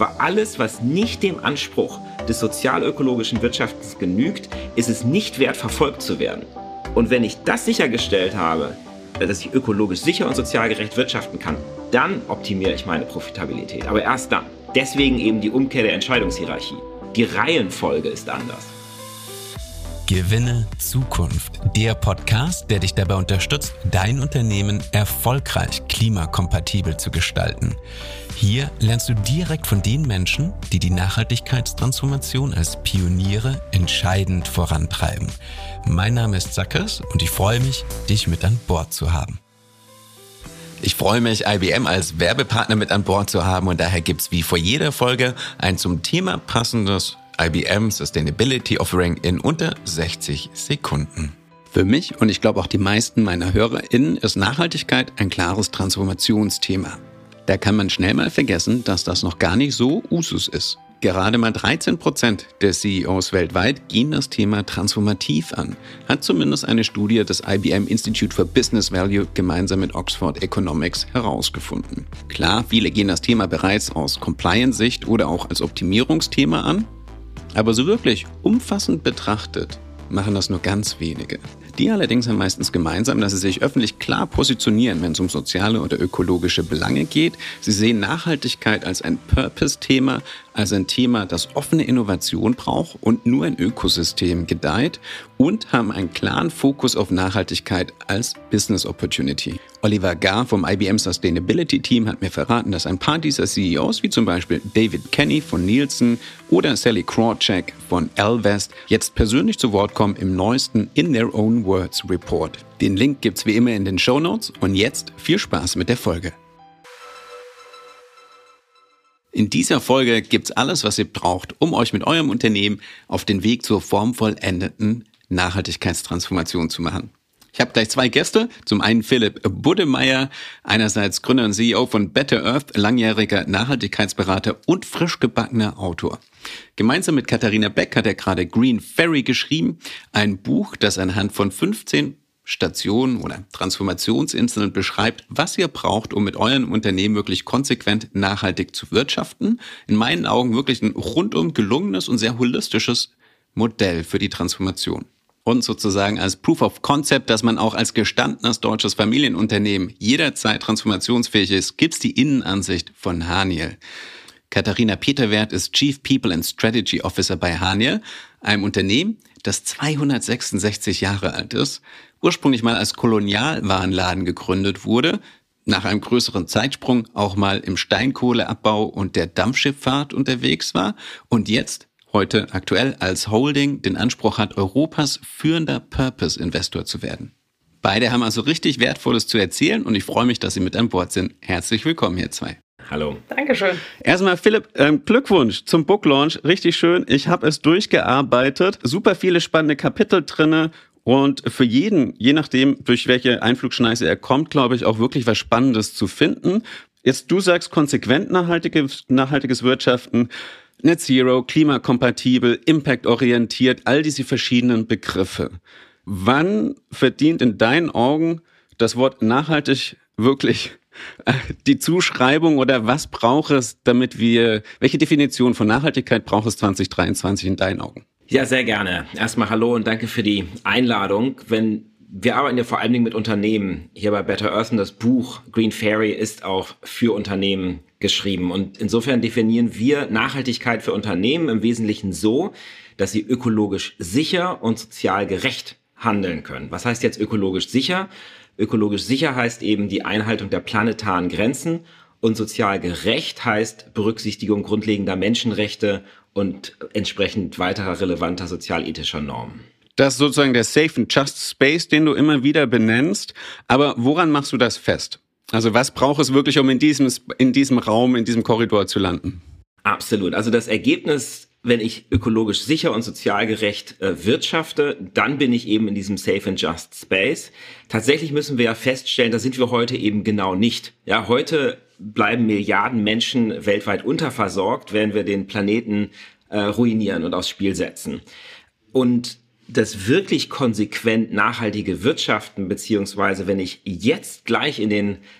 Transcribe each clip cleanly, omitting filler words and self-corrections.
Aber alles, was nicht dem Anspruch des sozial-ökologischen Wirtschaftens genügt, ist es nicht wert, verfolgt zu werden. Und wenn ich das sichergestellt habe, dass ich ökologisch sicher und sozial gerecht wirtschaften kann, dann optimiere ich meine Profitabilität. Aber erst dann. Deswegen eben die Umkehr der Entscheidungshierarchie. Die Reihenfolge ist anders. Gewinne Zukunft, der Podcast, der dich dabei unterstützt, dein Unternehmen erfolgreich klimakompatibel zu gestalten. Hier lernst du direkt von den Menschen, die die Nachhaltigkeitstransformation als Pioniere entscheidend vorantreiben. Mein Name ist Zackers und ich freue mich, dich mit an Bord zu haben. Ich freue mich, IBM als Werbepartner mit an Bord zu haben und daher gibt's wie vor jeder Folge ein zum Thema passendes IBM Sustainability Offering in unter 60 Sekunden. Für mich und ich glaube auch die meisten meiner HörerInnen ist Nachhaltigkeit ein klares Transformationsthema. Da kann man schnell mal vergessen, dass das noch gar nicht so Usus ist. Gerade mal 13% der CEOs weltweit gehen das Thema transformativ an, hat zumindest eine Studie des IBM Institute for Business Value gemeinsam mit Oxford Economics herausgefunden. Klar, viele gehen das Thema bereits aus Compliance-Sicht oder auch als Optimierungsthema an, aber so wirklich umfassend betrachtet machen das nur ganz wenige. Die allerdings haben meistens gemeinsam, dass sie sich öffentlich klar positionieren, wenn es um soziale oder ökologische Belange geht. Sie sehen Nachhaltigkeit als ein Purpose-Thema, als ein Thema, das offene Innovation braucht und nur ein Ökosystem gedeiht und haben einen klaren Fokus auf Nachhaltigkeit als Business Opportunity. Oliver Garr vom IBM Sustainability Team hat mir verraten, dass ein paar dieser CEOs, wie zum Beispiel David Kenny von Nielsen oder Sally Krawcheck von Ellevest, jetzt persönlich zu Wort kommen im neuesten In Their Own Words Report. Den Link gibt's wie immer in den Shownotes und jetzt viel Spaß mit der Folge. In dieser Folge gibt's alles, was ihr braucht, um euch mit eurem Unternehmen auf den Weg zur formvollendeten Nachhaltigkeitstransformation zu machen. Ich habe gleich zwei Gäste. Zum einen Philipp Buddemeyer, einerseits Gründer und CEO von Better Earth, langjähriger Nachhaltigkeitsberater und frisch gebackener Autor. Gemeinsam mit Katharina Beck hat er gerade Green Ferry geschrieben, ein Buch, das anhand von 15 Stationen oder Transformationsinseln beschreibt, was ihr braucht, um mit eurem Unternehmen wirklich konsequent nachhaltig zu wirtschaften. In meinen Augen wirklich ein rundum gelungenes und sehr holistisches Modell für die Transformation. Und sozusagen als Proof of Concept, dass man auch als gestandenes deutsches Familienunternehmen jederzeit transformationsfähig ist, gibt's die Innenansicht von Haniel. Katharina Peterwert ist Chief People and Strategy Officer bei Haniel, einem Unternehmen, das 266 Jahre alt ist, ursprünglich mal als Kolonialwarenladen gegründet wurde, nach einem größeren Zeitsprung auch mal im Steinkohleabbau und der Dampfschifffahrt unterwegs war und jetzt heute aktuell als Holding den Anspruch hat, Europas führender Purpose-Investor zu werden. Beide haben also richtig Wertvolles zu erzählen und ich freue mich, dass Sie mit an Bord sind. Herzlich willkommen, ihr zwei. Hallo. Dankeschön. Erstmal Philipp, Glückwunsch zum Book Launch. Richtig schön. Ich habe es durchgearbeitet. Super viele spannende Kapitel drinne. Und für jeden, je nachdem, durch welche Einflugschneise er kommt, glaube ich, auch wirklich was Spannendes zu finden. Jetzt du sagst konsequent nachhaltiges Wirtschaften, Net Zero, klimakompatibel, impactorientiert, all diese verschiedenen Begriffe. Wann verdient in deinen Augen das Wort nachhaltig wirklich die Zuschreibung oder was braucht es, welche Definition von Nachhaltigkeit braucht es 2023 in deinen Augen? Ja, sehr gerne. Erstmal hallo und danke für die Einladung. Wir arbeiten ja vor allen Dingen mit Unternehmen hier bei Better Earth und das Buch Green Ferry ist auch für Unternehmen geschrieben. Und insofern definieren wir Nachhaltigkeit für Unternehmen im Wesentlichen so, dass sie ökologisch sicher und sozial gerecht handeln können. Was heißt jetzt ökologisch sicher? Ökologisch sicher heißt eben die Einhaltung der planetaren Grenzen und sozial gerecht heißt Berücksichtigung grundlegender Menschenrechte und entsprechend weiterer relevanter sozialethischer Normen. Das ist sozusagen der Safe and Just Space, den du immer wieder benennst. Aber woran machst du das fest? Also was braucht es wirklich, um in diesem Raum, in diesem Korridor zu landen? Absolut. Also das Ergebnis, wenn ich ökologisch sicher und sozial gerecht wirtschafte, dann bin ich eben in diesem Safe and Just Space. Tatsächlich müssen wir ja feststellen, da sind wir heute eben genau nicht. Ja, heute bleiben Milliarden Menschen weltweit unterversorgt, während wir den Planeten ruinieren und aufs Spiel setzen. Und das wirklich konsequent nachhaltige Wirtschaften, beziehungsweise wenn ich jetzt gleich in den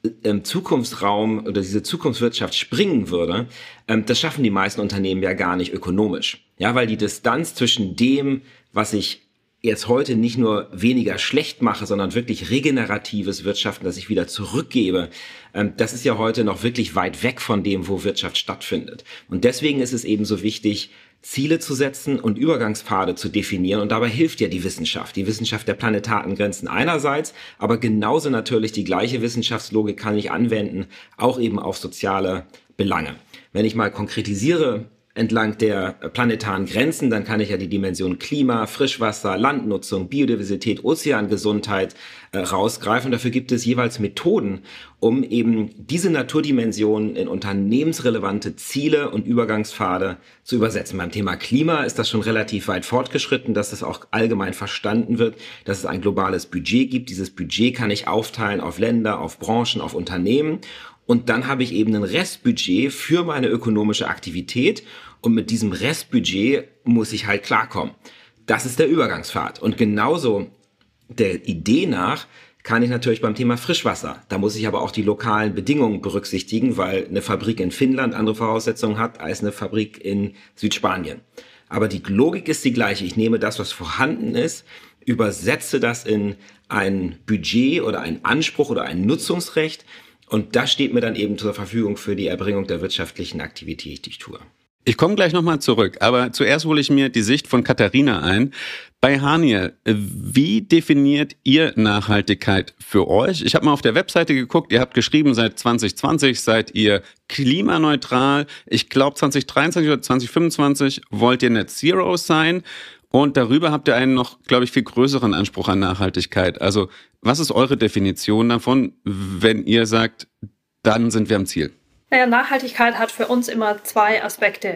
Zukunftsraum oder diese Zukunftswirtschaft springen würde, das schaffen die meisten Unternehmen ja gar nicht ökonomisch. Ja, weil die Distanz zwischen dem, was ich jetzt heute nicht nur weniger schlecht mache, sondern wirklich regeneratives Wirtschaften, das ich wieder zurückgebe, das ist ja heute noch wirklich weit weg von dem, wo Wirtschaft stattfindet. Und deswegen ist es eben so wichtig, Ziele zu setzen und Übergangspfade zu definieren. Und dabei hilft ja die Wissenschaft der planetaren Grenzen einerseits, aber genauso natürlich die gleiche Wissenschaftslogik kann ich anwenden, auch eben auf soziale Belange. Wenn ich mal konkretisiere, entlang der planetaren Grenzen, dann kann ich ja die Dimension Klima, Frischwasser, Landnutzung, Biodiversität, Ozeangesundheit rausgreifen. Dafür gibt es jeweils Methoden, um eben diese Naturdimensionen in unternehmensrelevante Ziele und Übergangspfade zu übersetzen. Beim Thema Klima ist das schon relativ weit fortgeschritten, dass es auch allgemein verstanden wird, dass es ein globales Budget gibt. Dieses Budget kann ich aufteilen auf Länder, auf Branchen, auf Unternehmen. Und dann habe ich eben ein Restbudget für meine ökonomische Aktivität und mit diesem Restbudget muss ich halt klarkommen. Das ist der Übergangspfad. Und genauso der Idee nach kann ich natürlich beim Thema Frischwasser. Da muss ich aber auch die lokalen Bedingungen berücksichtigen, weil eine Fabrik in Finnland andere Voraussetzungen hat als eine Fabrik in Südspanien. Aber die Logik ist die gleiche. Ich nehme das, was vorhanden ist, übersetze das in ein Budget oder einen Anspruch oder ein Nutzungsrecht. Und das steht mir dann eben zur Verfügung für die Erbringung der wirtschaftlichen Aktivität, die ich tue. Ich komme gleich nochmal zurück, aber zuerst hole ich mir die Sicht von Katharina ein. Bei Haniel, wie definiert ihr Nachhaltigkeit für euch? Ich habe mal auf der Webseite geguckt, ihr habt geschrieben, seit 2020 seid ihr klimaneutral. Ich glaube 2023 oder 2025 wollt ihr Net Zero sein. Und darüber habt ihr einen noch, glaube ich, viel größeren Anspruch an Nachhaltigkeit. Also was ist eure Definition davon, wenn ihr sagt, dann sind wir am Ziel? Naja, Nachhaltigkeit hat für uns immer zwei Aspekte.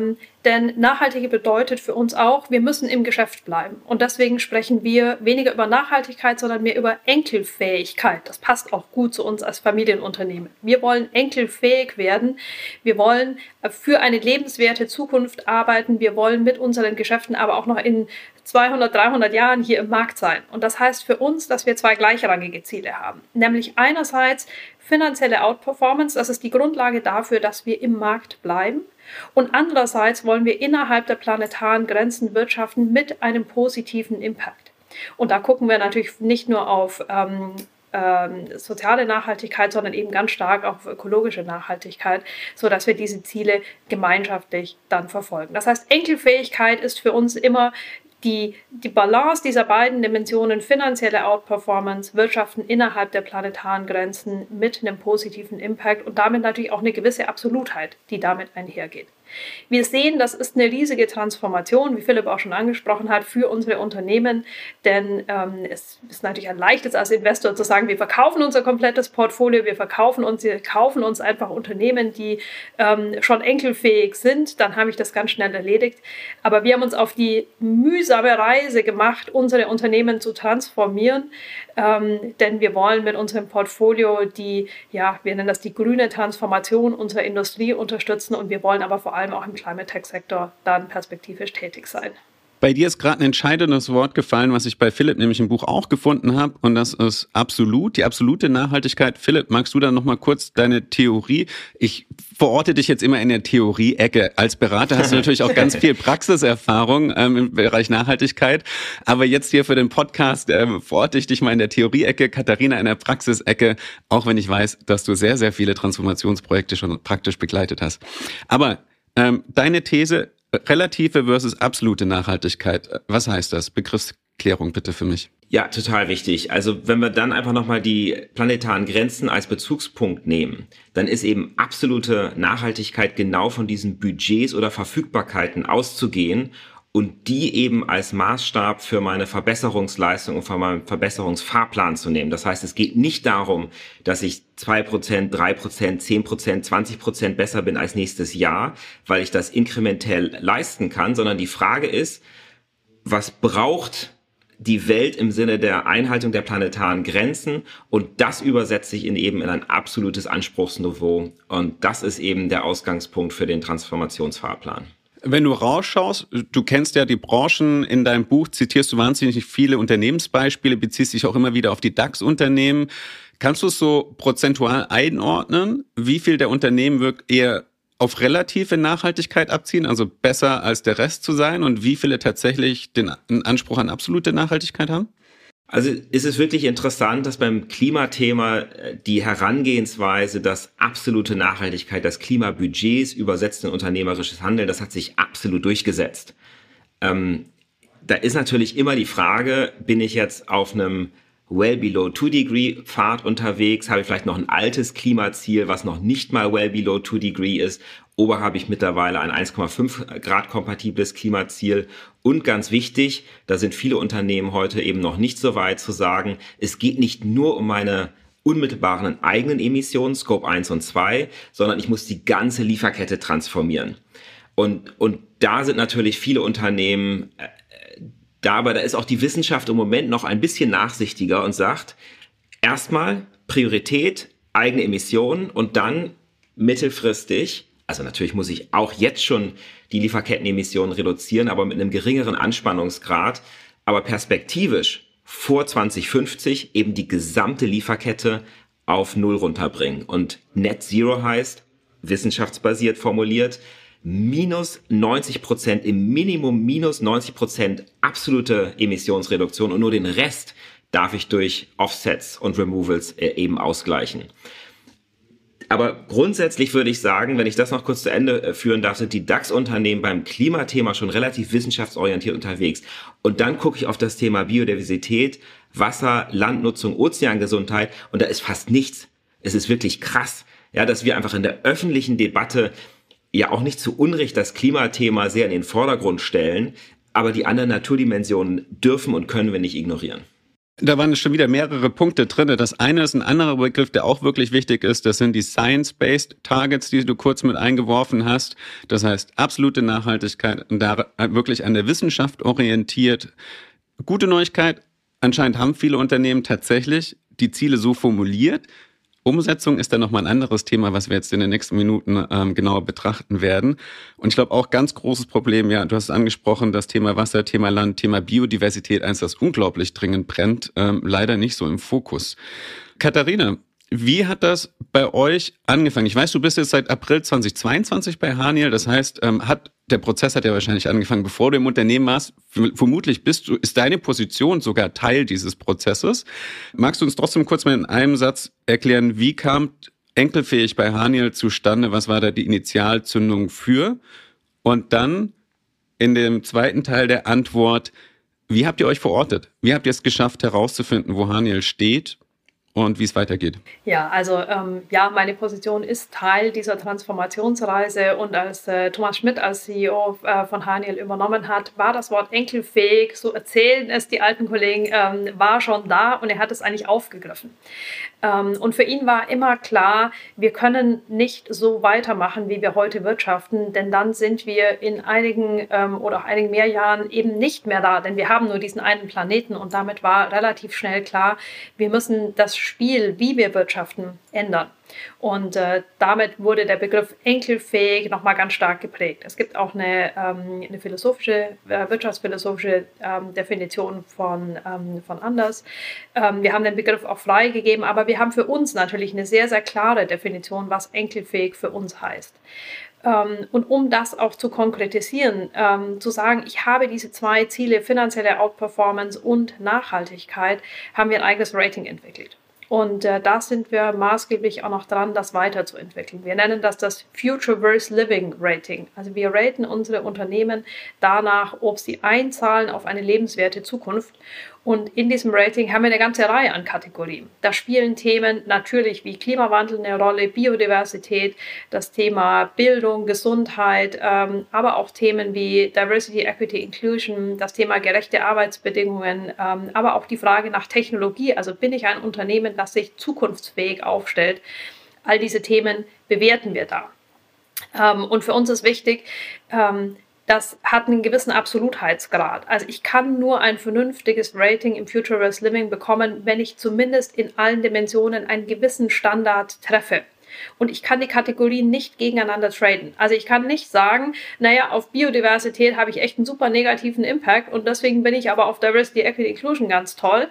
Denn Nachhaltigkeit bedeutet für uns auch, wir müssen im Geschäft bleiben. Und deswegen sprechen wir weniger über Nachhaltigkeit, sondern mehr über Enkelfähigkeit. Das passt auch gut zu uns als Familienunternehmen. Wir wollen enkelfähig werden. Wir wollen für eine lebenswerte Zukunft arbeiten. Wir wollen mit unseren Geschäften aber auch noch in 200, 300 Jahren hier im Markt sein. Und das heißt für uns, dass wir zwei gleichrangige Ziele haben. Nämlich einerseits finanzielle Outperformance. Das ist die Grundlage dafür, dass wir im Markt bleiben. Und andererseits wollen wir innerhalb der planetaren Grenzen wirtschaften mit einem positiven Impact. Und da gucken wir natürlich nicht nur auf soziale Nachhaltigkeit, sondern eben ganz stark auf ökologische Nachhaltigkeit, sodass wir diese Ziele gemeinschaftlich dann verfolgen. Das heißt, Enkelfähigkeit ist für uns immer die Balance dieser beiden Dimensionen, finanzielle Outperformance, Wirtschaften innerhalb der planetaren Grenzen mit einem positiven Impact und damit natürlich auch eine gewisse Absolutheit, die damit einhergeht. Wir sehen, das ist eine riesige Transformation, wie Philipp auch schon angesprochen hat, für unsere Unternehmen, denn es ist natürlich ein leichtes als Investor zu sagen, wir verkaufen unser komplettes Portfolio, wir kaufen uns einfach Unternehmen, die schon enkelfähig sind, dann habe ich das ganz schnell erledigt. Aber wir haben uns auf die mühsame Reise gemacht, unsere Unternehmen zu transformieren, denn wir wollen mit unserem Portfolio wir nennen das die grüne Transformation unserer Industrie unterstützen und wir wollen aber vor allem auch im Climate Tech Sektor dann perspektivisch tätig sein. Bei dir ist gerade ein entscheidendes Wort gefallen, was ich bei Philipp nämlich im Buch auch gefunden habe, und das ist absolut, die absolute Nachhaltigkeit. Philipp, magst du da nochmal kurz deine Theorie? Ich verorte dich jetzt immer in der Theorie-Ecke. Als Berater hast du natürlich auch ganz viel Praxiserfahrung im Bereich Nachhaltigkeit, aber jetzt hier für den Podcast verorte ich dich mal in der Theorie-Ecke, Katharina in der Praxisecke, auch wenn ich weiß, dass du sehr, sehr viele Transformationsprojekte schon praktisch begleitet hast. Aber deine These, relative versus absolute Nachhaltigkeit. Was heißt das? Begriffsklärung bitte für mich. Ja, total wichtig. Also wenn wir dann einfach nochmal die planetaren Grenzen als Bezugspunkt nehmen, dann ist eben absolute Nachhaltigkeit genau von diesen Budgets oder Verfügbarkeiten auszugehen und die eben als Maßstab für meine Verbesserungsleistung und für meinen Verbesserungsfahrplan zu nehmen. Das heißt, es geht nicht darum, dass ich 2%, 3%, 10%, 20% besser bin als nächstes Jahr, weil ich das inkrementell leisten kann, sondern die Frage ist, was braucht die Welt im Sinne der Einhaltung der planetaren Grenzen, und das übersetze ich in ein absolutes Anspruchsniveau, und das ist eben der Ausgangspunkt für den Transformationsfahrplan. Wenn du rausschaust, du kennst ja die Branchen, in deinem Buch zitierst du wahnsinnig viele Unternehmensbeispiele, beziehst dich auch immer wieder auf die DAX-Unternehmen. Kannst du es so prozentual einordnen, wie viel der Unternehmen wirklich eher auf relative Nachhaltigkeit abziehen, also besser als der Rest zu sein, und wie viele tatsächlich den Anspruch an absolute Nachhaltigkeit haben? Also ist es wirklich interessant, dass beim Klimathema die Herangehensweise, dass absolute Nachhaltigkeit, das Klimabudgets übersetzt in unternehmerisches Handeln, das hat sich absolut durchgesetzt. Da ist natürlich immer die Frage, bin ich jetzt auf einem well below 2 Degree Pfad unterwegs, habe ich vielleicht noch ein altes Klimaziel, was noch nicht mal well below 2 Degree ist, oder habe ich mittlerweile ein 1,5 Grad kompatibles Klimaziel? Und ganz wichtig, da sind viele Unternehmen heute eben noch nicht so weit zu sagen, es geht nicht nur um meine unmittelbaren eigenen Emissionen, Scope 1 und 2, sondern ich muss die ganze Lieferkette transformieren. Und da sind natürlich viele Unternehmen aber da ist auch die Wissenschaft im Moment noch ein bisschen nachsichtiger und sagt, erstmal Priorität, eigene Emissionen und dann mittelfristig, also natürlich muss ich auch jetzt schon die Lieferkettenemissionen reduzieren, aber mit einem geringeren Anspannungsgrad, aber perspektivisch vor 2050 eben die gesamte Lieferkette auf Null runterbringen. Und Net Zero heißt, wissenschaftsbasiert formuliert, minus 90%, im Minimum minus 90% absolute Emissionsreduktion und nur den Rest darf ich durch Offsets und Removals eben ausgleichen. Aber grundsätzlich würde ich sagen, wenn ich das noch kurz zu Ende führen darf, sind die DAX-Unternehmen beim Klimathema schon relativ wissenschaftsorientiert unterwegs. Und dann gucke ich auf das Thema Biodiversität, Wasser, Landnutzung, Ozeangesundheit und da ist fast nichts. Es ist wirklich krass, ja, dass wir einfach in der öffentlichen Debatte ja auch nicht zu Unrecht das Klimathema sehr in den Vordergrund stellen, aber die anderen Naturdimensionen dürfen und können wir nicht ignorieren. Da waren schon wieder mehrere Punkte drin. Das eine ist ein anderer Begriff, der auch wirklich wichtig ist. Das sind die Science-Based Targets, die du kurz mit eingeworfen hast. Das heißt, absolute Nachhaltigkeit und da wirklich an der Wissenschaft orientiert. Gute Neuigkeit, anscheinend haben viele Unternehmen tatsächlich die Ziele so formuliert. Umsetzung ist dann nochmal ein anderes Thema, was wir jetzt in den nächsten Minuten genauer betrachten werden. Und ich glaube auch ganz großes Problem, ja, du hast es angesprochen, das Thema Wasser, Thema Land, Thema Biodiversität, eins, das unglaublich dringend brennt, leider nicht so im Fokus. Katharina, wie hat das bei euch angefangen? Ich weiß, du bist jetzt seit April 2022 bei Haniel, das heißt, der Prozess hat ja wahrscheinlich angefangen, bevor du im Unternehmen warst. Vermutlich ist deine Position sogar Teil dieses Prozesses. Magst du uns trotzdem kurz mal in einem Satz erklären, wie kam Enkelfähig bei Haniel zustande? Was war da die Initialzündung für? Und dann in dem zweiten Teil der Antwort, wie habt ihr euch verortet? Wie habt ihr es geschafft, herauszufinden, wo Haniel steht? Und wie es weitergeht. Ja, also meine Position ist Teil dieser Transformationsreise und als Thomas Schmidt als CEO von Haniel übernommen hat, war das Wort enkelfähig, so erzählen es die alten Kollegen, war schon da und er hat es eigentlich aufgegriffen. Und für ihn war immer klar, wir können nicht so weitermachen, wie wir heute wirtschaften, denn dann sind wir in einigen oder auch einigen mehr Jahren eben nicht mehr da, denn wir haben nur diesen einen Planeten und damit war relativ schnell klar, wir müssen das Spiel, wie wir wirtschaften, ändern. Und damit wurde der Begriff enkelfähig nochmal ganz stark geprägt. Es gibt auch eine wirtschaftsphilosophische Definition von Anders. Wir haben den Begriff auch freigegeben, aber wir haben für uns natürlich eine sehr, sehr klare Definition, was enkelfähig für uns heißt. Und um das auch zu konkretisieren, zu sagen, ich habe diese zwei Ziele, finanzielle Outperformance und Nachhaltigkeit, haben wir ein eigenes Rating entwickelt. Und da sind wir maßgeblich auch noch dran, das weiterzuentwickeln. Wir nennen das Future-Verse Living Rating. Also wir raten unsere Unternehmen danach, ob sie einzahlen auf eine lebenswerte Zukunft. Und in diesem Rating haben wir eine ganze Reihe an Kategorien. Da spielen Themen natürlich wie Klimawandel eine Rolle, Biodiversität, das Thema Bildung, Gesundheit, aber auch Themen wie Diversity, Equity, Inclusion, das Thema gerechte Arbeitsbedingungen, aber auch die Frage nach Technologie. Also bin ich ein Unternehmen, das sich zukunftsfähig aufstellt? All diese Themen bewerten wir da. Und für uns ist wichtig, das hat einen gewissen Absolutheitsgrad. Also ich kann nur ein vernünftiges Rating im Future-Verse Living bekommen, wenn ich zumindest in allen Dimensionen einen gewissen Standard treffe. Und ich kann die Kategorien nicht gegeneinander traden. Also ich kann nicht sagen, naja, auf Biodiversität habe ich echt einen super negativen Impact und deswegen bin ich aber auf Diversity, Equity, Inclusion ganz toll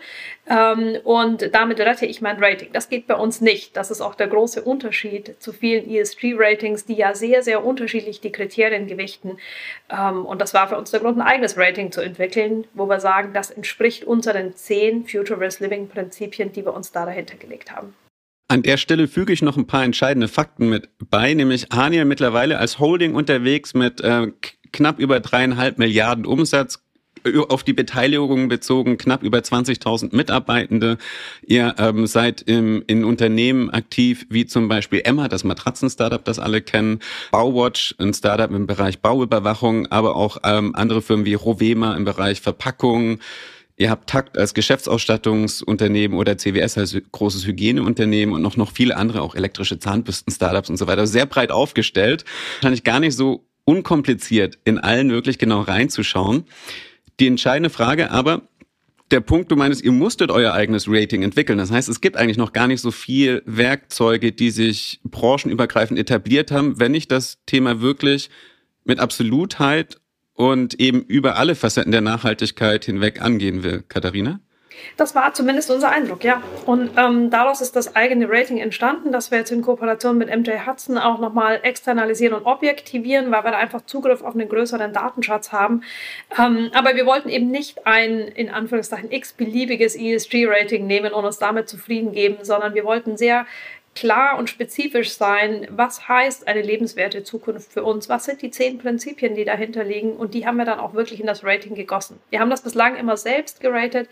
und damit rette ich mein Rating. Das geht bei uns nicht. Das ist auch der große Unterschied zu vielen ESG-Ratings, die ja sehr, sehr unterschiedlich die Kriterien gewichten. Und das war für uns der Grund, ein eigenes Rating zu entwickeln, wo wir sagen, das entspricht unseren 10 Future-Based Living-Prinzipien, die wir uns da dahinter gelegt haben. An der Stelle füge ich noch ein paar entscheidende Fakten mit bei, nämlich Haniel mittlerweile als Holding unterwegs mit knapp über 3,5 Milliarden Umsatz, auf die Beteiligung bezogen, knapp über 20.000 Mitarbeitende. Ihr seid in Unternehmen aktiv, wie zum Beispiel Emma, das Matratzen-Startup, das alle kennen, Bauwatch, ein Startup im Bereich Bauüberwachung, aber auch andere Firmen wie Rovema im Bereich Verpackung. Ihr habt Takt als Geschäftsausstattungsunternehmen oder CWS als großes Hygieneunternehmen und noch viele andere, auch elektrische Zahnbürsten-Startups und so weiter. Sehr breit aufgestellt. Wahrscheinlich gar nicht so unkompliziert, in allen wirklich genau reinzuschauen. Die entscheidende Frage aber, der Punkt, du meinst, ihr musstet euer eigenes Rating entwickeln. Das heißt, es gibt eigentlich noch gar nicht so viel Werkzeuge, die sich branchenübergreifend etabliert haben, wenn ich das Thema wirklich mit Absolutheit und eben über alle Facetten der Nachhaltigkeit hinweg angehen will. Katharina? Das war zumindest unser Eindruck, ja. Und daraus ist das eigene Rating entstanden, das wir jetzt in Kooperation mit MJ Hudson auch nochmal externalisieren und objektivieren, weil wir da einfach Zugriff auf einen größeren Datenschatz haben. Aber wir wollten eben nicht ein, in Anführungszeichen, x-beliebiges ESG-Rating nehmen und uns damit zufrieden geben, sondern wir wollten sehr klar und spezifisch sein, was heißt eine lebenswerte Zukunft für uns, was sind die 10 Prinzipien, die dahinter liegen und die haben wir dann auch wirklich in das Rating gegossen. Wir haben das bislang immer selbst geratet,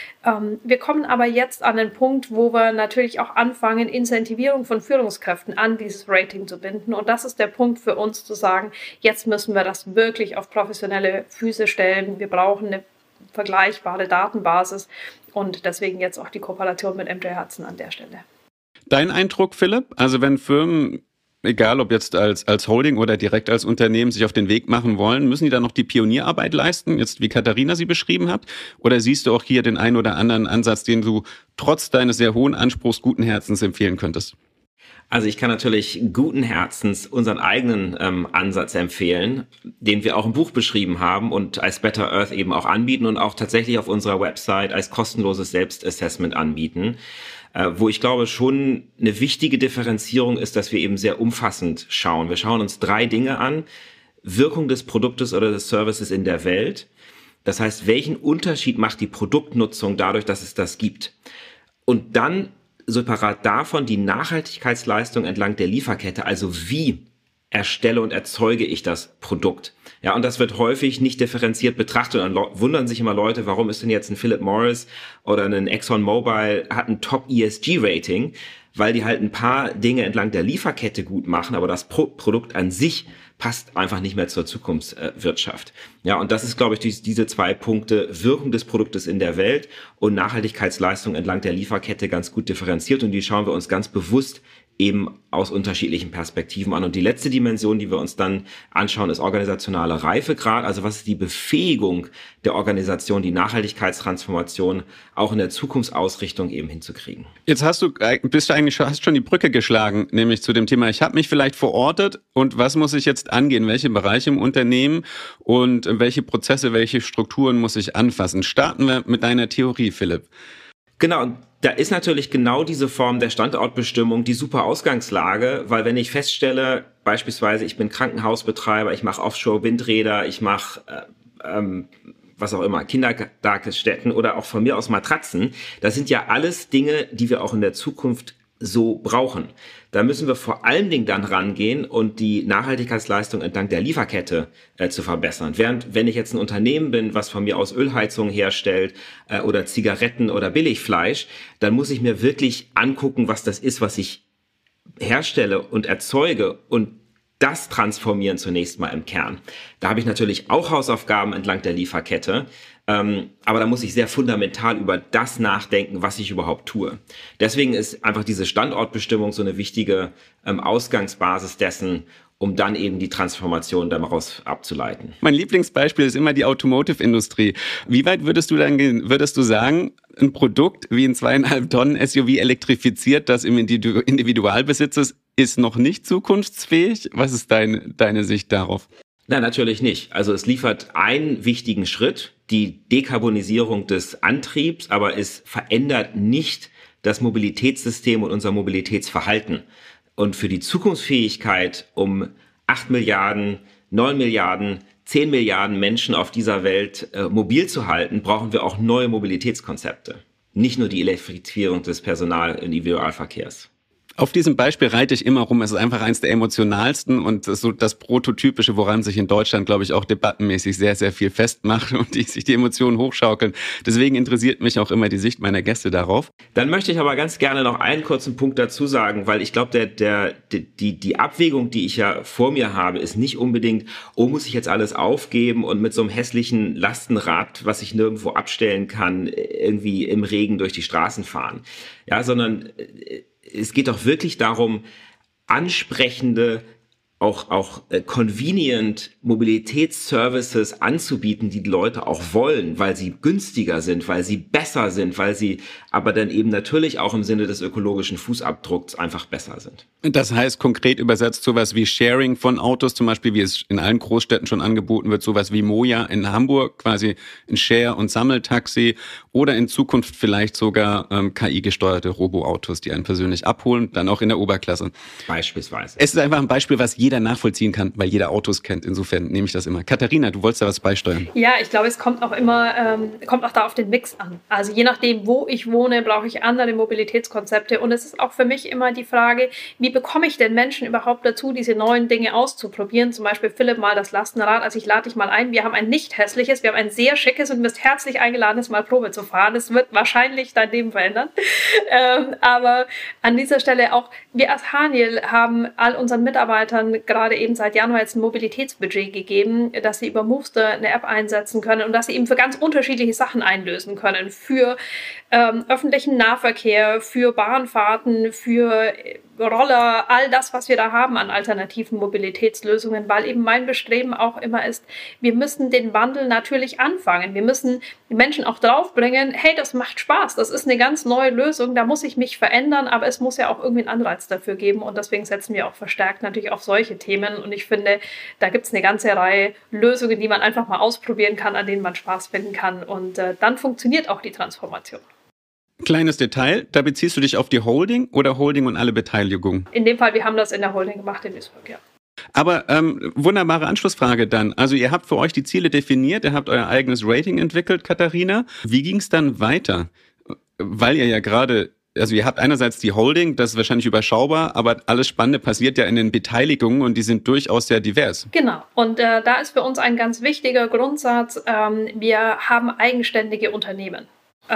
wir kommen aber jetzt an den Punkt, wo wir natürlich auch anfangen, Incentivierung von Führungskräften an dieses Rating zu binden und das ist der Punkt für uns zu sagen, jetzt müssen wir das wirklich auf professionelle Füße stellen, wir brauchen eine vergleichbare Datenbasis und deswegen jetzt auch die Kooperation mit MJ Hudson an der Stelle. Dein Eindruck, Philipp? Also wenn Firmen, egal ob jetzt als Holding oder direkt als Unternehmen, sich auf den Weg machen wollen, müssen die dann noch die Pionierarbeit leisten, jetzt wie Katharina sie beschrieben hat? Oder siehst du auch hier den einen oder anderen Ansatz, den du trotz deines sehr hohen Anspruchs guten Herzens empfehlen könntest? Also ich kann natürlich guten Herzens unseren eigenen Ansatz empfehlen, den wir auch im Buch beschrieben haben und als Better Earth eben auch anbieten und auch tatsächlich auf unserer Website als kostenloses Selbstassessment anbieten. Wo ich glaube schon eine wichtige Differenzierung ist, dass wir eben sehr umfassend schauen. Wir schauen uns 3 Dinge an. Wirkung des Produktes oder des Services in der Welt. Das heißt, welchen Unterschied macht die Produktnutzung dadurch, dass es das gibt? Und dann separat davon die Nachhaltigkeitsleistung entlang der Lieferkette, also wie erstelle und erzeuge ich das Produkt. Ja, und das wird häufig nicht differenziert betrachtet. Und dann wundern sich immer Leute, warum ist denn jetzt ein Philip Morris oder ein ExxonMobil hat ein Top-ESG-Rating, weil die halt ein paar Dinge entlang der Lieferkette gut machen, aber das Produkt an sich passt einfach nicht mehr zur Zukunftswirtschaft. Ja, und das ist, glaube ich, diese 2 Punkte, Wirkung des Produktes in der Welt und Nachhaltigkeitsleistung entlang der Lieferkette ganz gut differenziert und die schauen wir uns ganz bewusst eben aus unterschiedlichen Perspektiven an. Und die letzte Dimension, die wir uns dann anschauen, ist organisationale Reifegrad. Also was ist die Befähigung der Organisation, die Nachhaltigkeitstransformation auch in der Zukunftsausrichtung eben hinzukriegen. Jetzt hast du schon die Brücke geschlagen, nämlich zu dem Thema, ich habe mich vielleicht verortet und was muss ich jetzt angehen? Welche Bereiche im Unternehmen und welche Prozesse, welche Strukturen muss ich anfassen? Starten wir mit deiner Theorie, Philipp. Genau, da ist natürlich genau diese Form der Standortbestimmung die super Ausgangslage, weil wenn ich feststelle, beispielsweise ich bin Krankenhausbetreiber, ich mache Offshore-Windräder, ich mache was auch immer, Kindertagesstätten oder auch von mir aus Matratzen, das sind ja alles Dinge, die wir auch in der Zukunft so brauchen. Da müssen wir vor allen Dingen dann rangehen und die Nachhaltigkeitsleistung entlang der Lieferkette zu verbessern. Während, wenn ich jetzt ein Unternehmen bin, was von mir aus Ölheizungen herstellt oder Zigaretten oder Billigfleisch, dann muss ich mir wirklich angucken, was das ist, was ich herstelle und erzeuge und das transformieren zunächst mal im Kern. Da habe ich natürlich auch Hausaufgaben entlang der Lieferkette, aber da muss ich sehr fundamental über das nachdenken, was ich überhaupt tue. Deswegen ist einfach diese Standortbestimmung so eine wichtige Ausgangsbasis dessen, um dann eben die Transformation daraus abzuleiten. Mein Lieblingsbeispiel ist immer die Automotive-Industrie. Wie weit würdest du sagen, ein Produkt wie ein 2,5 Tonnen SUV elektrifiziert, das im Individualbesitz ist, ist noch nicht zukunftsfähig. Was ist deine Sicht darauf? Nein, natürlich nicht. Also es liefert einen wichtigen Schritt, die Dekarbonisierung des Antriebs, aber es verändert nicht das Mobilitätssystem und unser Mobilitätsverhalten. Und für die Zukunftsfähigkeit, um 8 Milliarden, 9 Milliarden, 10 Milliarden Menschen auf dieser Welt mobil zu halten, brauchen wir auch neue Mobilitätskonzepte. Nicht nur die Elektrifizierung des Individualverkehrs. Auf diesem Beispiel reite ich immer rum. Es ist einfach eines der emotionalsten und so das Prototypische, woran sich in Deutschland, glaube ich, auch debattenmäßig sehr, sehr viel festmacht und sich die Emotionen hochschaukeln. Deswegen interessiert mich auch immer die Sicht meiner Gäste darauf. Dann möchte ich aber ganz gerne noch einen kurzen Punkt dazu sagen, weil ich glaube, die Abwägung, die ich ja vor mir habe, ist nicht unbedingt, muss ich jetzt alles aufgeben und mit so einem hässlichen Lastenrad, was ich nirgendwo abstellen kann, irgendwie im Regen durch die Straßen fahren. Ja, sondern es geht doch wirklich darum, ansprechende, auch convenient Mobilitätsservices anzubieten, die Leute auch wollen, weil sie günstiger sind, weil sie besser sind, weil sie aber dann eben natürlich auch im Sinne des ökologischen Fußabdrucks einfach besser sind. Das heißt konkret übersetzt sowas wie Sharing von Autos, zum Beispiel wie es in allen Großstädten schon angeboten wird, sowas wie Moja in Hamburg, quasi ein Share- und Sammeltaxi oder in Zukunft vielleicht sogar KI-gesteuerte Roboautos, die einen persönlich abholen, dann auch in der Oberklasse. Beispielsweise. Es ist einfach ein Beispiel, was jeder nachvollziehen kann, weil jeder Autos kennt. Insofern nehme ich das immer. Katharina, du wolltest da was beisteuern. Ja, ich glaube, es kommt auch da auf den Mix an. Also je nachdem, wo ich wohne, brauche ich andere Mobilitätskonzepte. Und es ist auch für mich immer die Frage, wie bekomme ich denn Menschen überhaupt dazu, diese neuen Dinge auszuprobieren? Zum Beispiel Philipp mal das Lastenrad. Also ich lade dich mal ein. Wir haben ein nicht hässliches, wir haben ein sehr schickes und du bist herzlich eingeladen, es mal Probe zu fahren. Das wird wahrscheinlich dein Leben verändern. Aber an dieser Stelle auch, wir als Haniel haben all unseren Mitarbeitern gerade eben seit Januar jetzt ein Mobilitätsbudget gegeben, dass sie über Moovster eine App einsetzen können und dass sie eben für ganz unterschiedliche Sachen einlösen können. Für öffentlichen Nahverkehr, für Bahnfahrten, für Roller, all das, was wir da haben an alternativen Mobilitätslösungen, weil eben mein Bestreben auch immer ist, wir müssen den Wandel natürlich anfangen. Wir müssen die Menschen auch draufbringen, hey, das macht Spaß, das ist eine ganz neue Lösung, da muss ich mich verändern, aber es muss ja auch irgendwie einen Anreiz dafür geben und deswegen setzen wir auch verstärkt natürlich auf solche Themen und ich finde, da gibt es eine ganze Reihe Lösungen, die man einfach mal ausprobieren kann, an denen man Spaß finden kann und dann funktioniert auch die Transformation. Kleines Detail, da beziehst du dich auf die Holding oder Holding und alle Beteiligungen? In dem Fall, wir haben das in der Holding gemacht in Duisburg, ja. Aber wunderbare Anschlussfrage dann. Also ihr habt für euch die Ziele definiert, ihr habt euer eigenes Rating entwickelt, Katharina. Wie ging es dann weiter? Weil ihr ja gerade, also ihr habt einerseits die Holding, das ist wahrscheinlich überschaubar, aber alles Spannende passiert ja in den Beteiligungen und die sind durchaus sehr divers. Genau, und da ist für uns ein ganz wichtiger Grundsatz, wir haben eigenständige Unternehmen.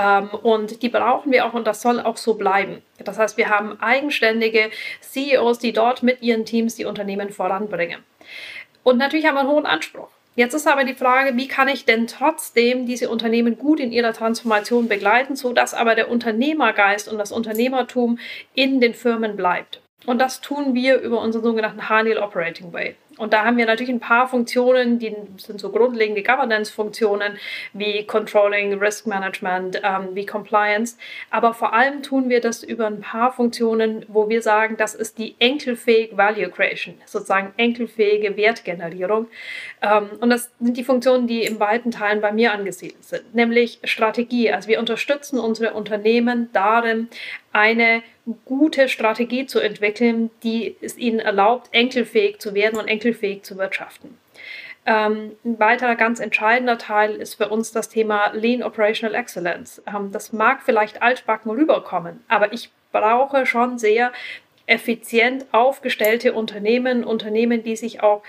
Und die brauchen wir auch und das soll auch so bleiben. Das heißt, wir haben eigenständige CEOs, die dort mit ihren Teams die Unternehmen voranbringen. Und natürlich haben wir einen hohen Anspruch. Jetzt ist aber die Frage, wie kann ich denn trotzdem diese Unternehmen gut in ihrer Transformation begleiten, sodass aber der Unternehmergeist und das Unternehmertum in den Firmen bleibt. Und das tun wir über unseren sogenannten Haniel Operating Way. Und da haben wir natürlich ein paar Funktionen, die sind so grundlegende Governance-Funktionen wie Controlling, Risk Management, wie Compliance. Aber vor allem tun wir das über ein paar Funktionen, wo wir sagen, das ist die enkelfähige Value Creation, sozusagen enkelfähige Wertgenerierung. Und das sind die Funktionen, die in weiten Teilen bei mir angesiedelt sind, nämlich Strategie. Also wir unterstützen unsere Unternehmen darin, eine gute Strategie zu entwickeln, die es ihnen erlaubt, enkelfähig zu werden und enkelfähig zu wirtschaften. Ein weiterer ganz entscheidender Teil ist für uns das Thema Lean Operational Excellence. Das mag vielleicht altbacken rüberkommen, aber ich brauche schon sehr effizient aufgestellte Unternehmen, die sich auch